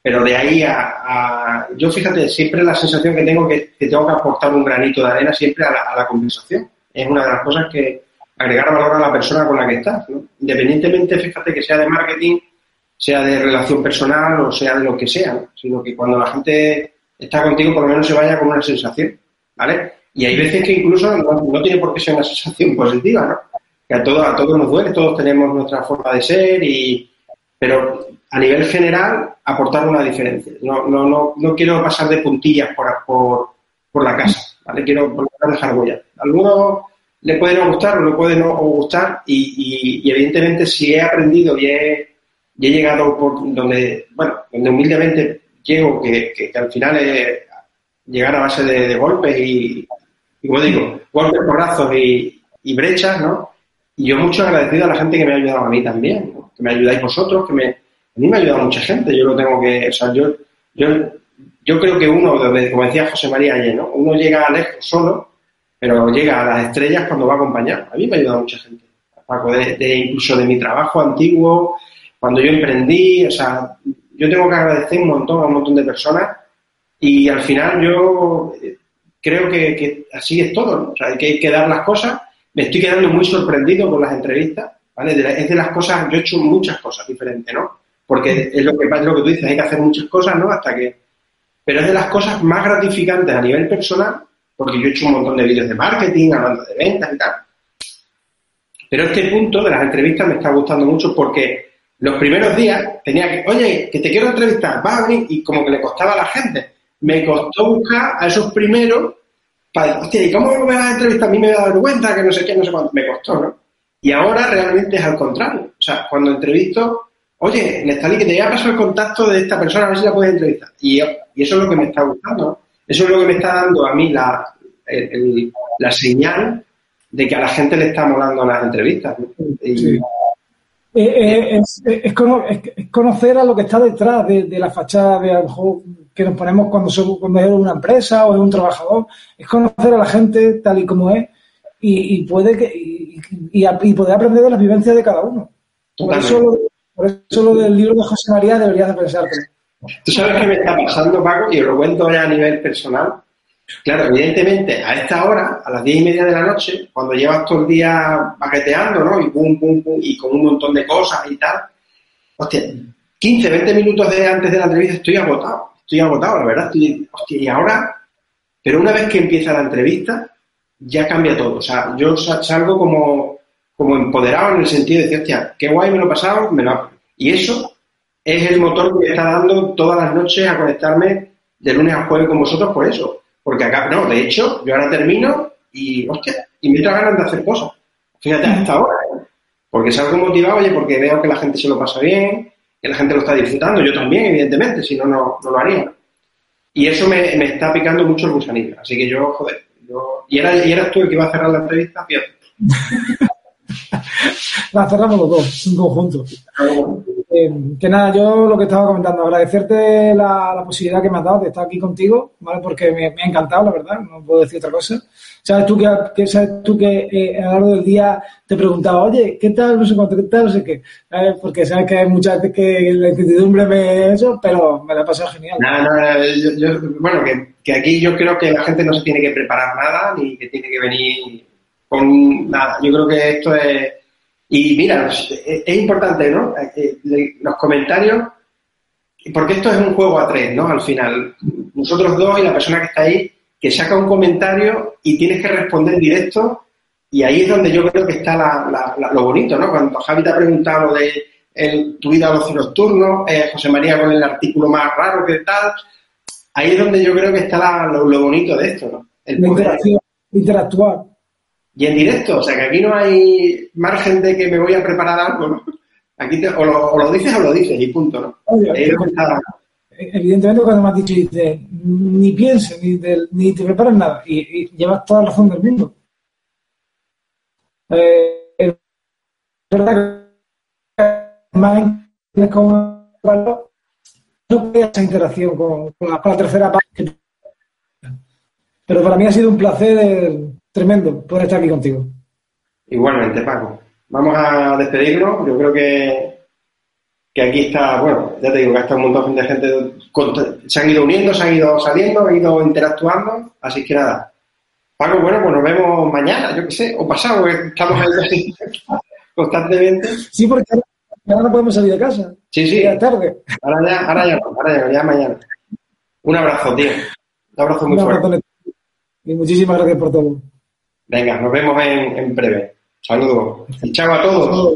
[SPEAKER 2] pero de ahí a, a... Yo, fíjate, siempre la sensación que tengo que, que tengo que aportar un granito de arena siempre a la, a la conversación. Es una de las cosas que agregar valor a la persona con la que estás, ¿no? Independientemente, fíjate, que sea de marketing, sea de relación personal o sea de lo que sea, ¿no? Sino que cuando la gente está contigo, por lo menos se vaya con una sensación, ¿vale? Y hay veces que incluso no, no tiene por qué ser una sensación positiva, ¿no? Que a todos, a todos nos duele, todos tenemos nuestra forma de ser, y pero a nivel general aportar una diferencia. No, no, no, no quiero pasar de puntillas por, por, por la casa, ¿vale? Quiero dejar huella. Algunos le puede no gustar o le puede no gustar y, y, y evidentemente si he aprendido y he, y he llegado por donde, bueno, donde humildemente llego, que, que, que al final es llegar a base de, de golpes y, y, como digo, golpes, porrazos y, y brechas, ¿no? Y yo mucho agradecido a la gente que me ha ayudado a mí también, ¿no? Que me ayudáis vosotros, que me, a mí me ha ayudado mucha gente, yo lo tengo que, o sea, yo, yo, yo creo que uno, como decía José María ayer, ¿no? Uno llega lejos solo, pero llega a las estrellas cuando va acompañado. A mí me ha ayudado mucha gente, Paco, de, de incluso de mi trabajo antiguo, cuando yo emprendí, o sea, yo tengo que agradecer un montón a un montón de personas y al final yo creo que, que así es todo, ¿no? O sea, hay que, hay que dar las cosas. Me estoy quedando muy sorprendido con las entrevistas, ¿vale? De la, es de las cosas, yo he hecho muchas cosas diferentes, ¿no? Porque es lo que, es lo que tú dices, hay que hacer muchas cosas, ¿no? Hasta que... Pero es de las cosas más gratificantes a nivel personal, porque yo he hecho un montón de vídeos de marketing, hablando de ventas y tal. Pero este punto de las entrevistas me está gustando mucho porque los primeros días tenía que, oye, que te quiero entrevistar, va a venir, y como que le costaba a la gente. Me costó buscar a esos primeros para, hostia, ¿y cómo me vas a entrevistar? A mí me da vergüenza, que no sé qué, no sé cuánto. Me costó, ¿no? Y ahora realmente es al contrario. O sea, cuando entrevisto, oye, Nestalí, que te voy a pasar el contacto de esta persona, a ver si la puedes entrevistar. Y, y eso es lo que me está gustando, ¿no? Eso es lo que me está dando a mí la, el, el, la señal de que a la gente le está molando las entrevistas, ¿no? Y,
[SPEAKER 3] sí. eh, eh, es, es, es conocer a lo que está detrás de, de la fachada de, a lo mejor, que nos ponemos cuando, somos, cuando es una empresa o es un trabajador. Es conocer a la gente tal y como es y, y puede que y, y, y poder aprender de las vivencias de cada uno. Por eso, lo, por eso lo del libro de José María deberías de pensarte.
[SPEAKER 2] ¿Tú sabes qué me está pasando, Paco? Y os lo cuento ya a nivel personal. Claro, evidentemente, a esta hora, a las diez y media de la noche, cuando llevas todo el día paqueteando, ¿no? Y pum, pum, pum, y con un montón de cosas y tal. Hostia, quince, veinte minutos de antes de la entrevista estoy agotado. Estoy agotado, la verdad. Estoy, hostia, y ahora... Pero una vez que empieza la entrevista, ya cambia todo. O sea, yo salgo como, como empoderado en el sentido de decir, hostia, qué guay me lo he pasado, me lo... Y eso... es el motor que me está dando todas las noches a conectarme de lunes a jueves con vosotros por eso. Porque acá, no, de hecho, yo ahora termino y, hostia, y me entra ganas de hacer cosas. Fíjate, hasta ahora, ¿eh? Porque salgo motivado, oye, porque veo que la gente se lo pasa bien, que la gente lo está disfrutando, yo también, evidentemente, si no, no, no lo haría. Y eso me, me está picando mucho el gusanillo. Así que yo, joder, yo... Y, era, y eras tú el que iba a cerrar la entrevista, fíjate.
[SPEAKER 3] La cerramos los dos, en conjunto. Eh, que nada, yo lo que estaba comentando, agradecerte la, la posibilidad que me has dado de estar aquí contigo, ¿vale? Porque me, me ha encantado, la verdad, no puedo decir otra cosa. Sabes tú que, que, sabes tú que eh, a lo largo del día te preguntaba, oye, ¿qué tal? No sé cuánto, ¿qué tal? No sé qué. ¿Sabes? Porque sabes que hay muchas veces que la incertidumbre me eso, pero me la he pasado genial.
[SPEAKER 2] No, no, no yo, yo, bueno, que, que aquí yo creo que la gente no se tiene que preparar nada, ni que tiene que venir con nada. Yo creo que esto es... Y mira, es importante, ¿no? Los comentarios, porque esto es un juego a tres, ¿no? Al final, nosotros dos y la persona que está ahí, que saca un comentario y tienes que responder directo, y ahí es donde yo creo que está la, la, la, lo bonito, ¿no? Cuando Javi te ha preguntado de el, tu vida a los nocturnos, eh, José María con el artículo más raro que tal, ahí es donde yo creo que está la, lo, lo bonito de esto, ¿no? El
[SPEAKER 3] la interacción, interactuar.
[SPEAKER 2] Y en directo, o sea que aquí no hay margen de que me voy a preparar algo, ¿no? Aquí te, o, lo, o lo dices o lo dices y punto, ¿no?
[SPEAKER 3] Oye, eh, está... Evidentemente cuando me has dicho, dices, ni pienses, ni te, ni te preparas nada, y, y llevas toda la razón del mundo. Eh, es verdad que más como no veo esa interacción con, con, la, con la tercera parte, pero para mí ha sido un placer tremendo poder estar aquí contigo.
[SPEAKER 2] Igualmente, Paco. Vamos a despedirnos. Yo creo que, que aquí está, bueno, ya te digo que está un montón de gente, se han ido uniendo, se han ido saliendo, han ido interactuando, así que nada. Paco, bueno, pues nos vemos mañana, yo qué sé, o pasado, porque estamos ahí constantemente.
[SPEAKER 3] Sí, porque ahora no podemos salir de casa.
[SPEAKER 2] Sí, sí.
[SPEAKER 3] Ya es tarde.
[SPEAKER 2] Ahora ya, ahora ya no, ahora ya, ya mañana. Un abrazo, tío. Un abrazo muy
[SPEAKER 3] Un abrazo,
[SPEAKER 2] fuerte.
[SPEAKER 3] y muchísimas gracias por todo.
[SPEAKER 2] Venga, nos vemos en, en breve. Saludos. Y chao a todos.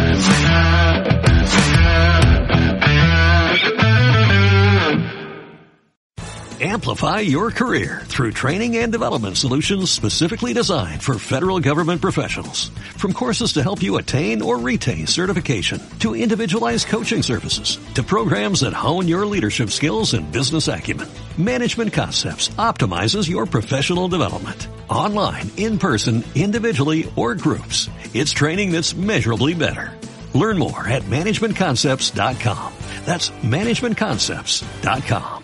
[SPEAKER 1] Amplify your career through training and development solutions specifically designed for federal government professionals. From courses to help you attain or retain certification, to individualized coaching services, to programs that hone your leadership skills and business acumen, Management Concepts optimizes your professional development. Online, in person, individually, or groups, it's training that's measurably better. Learn more at management concepts dot com. That's management concepts dot com.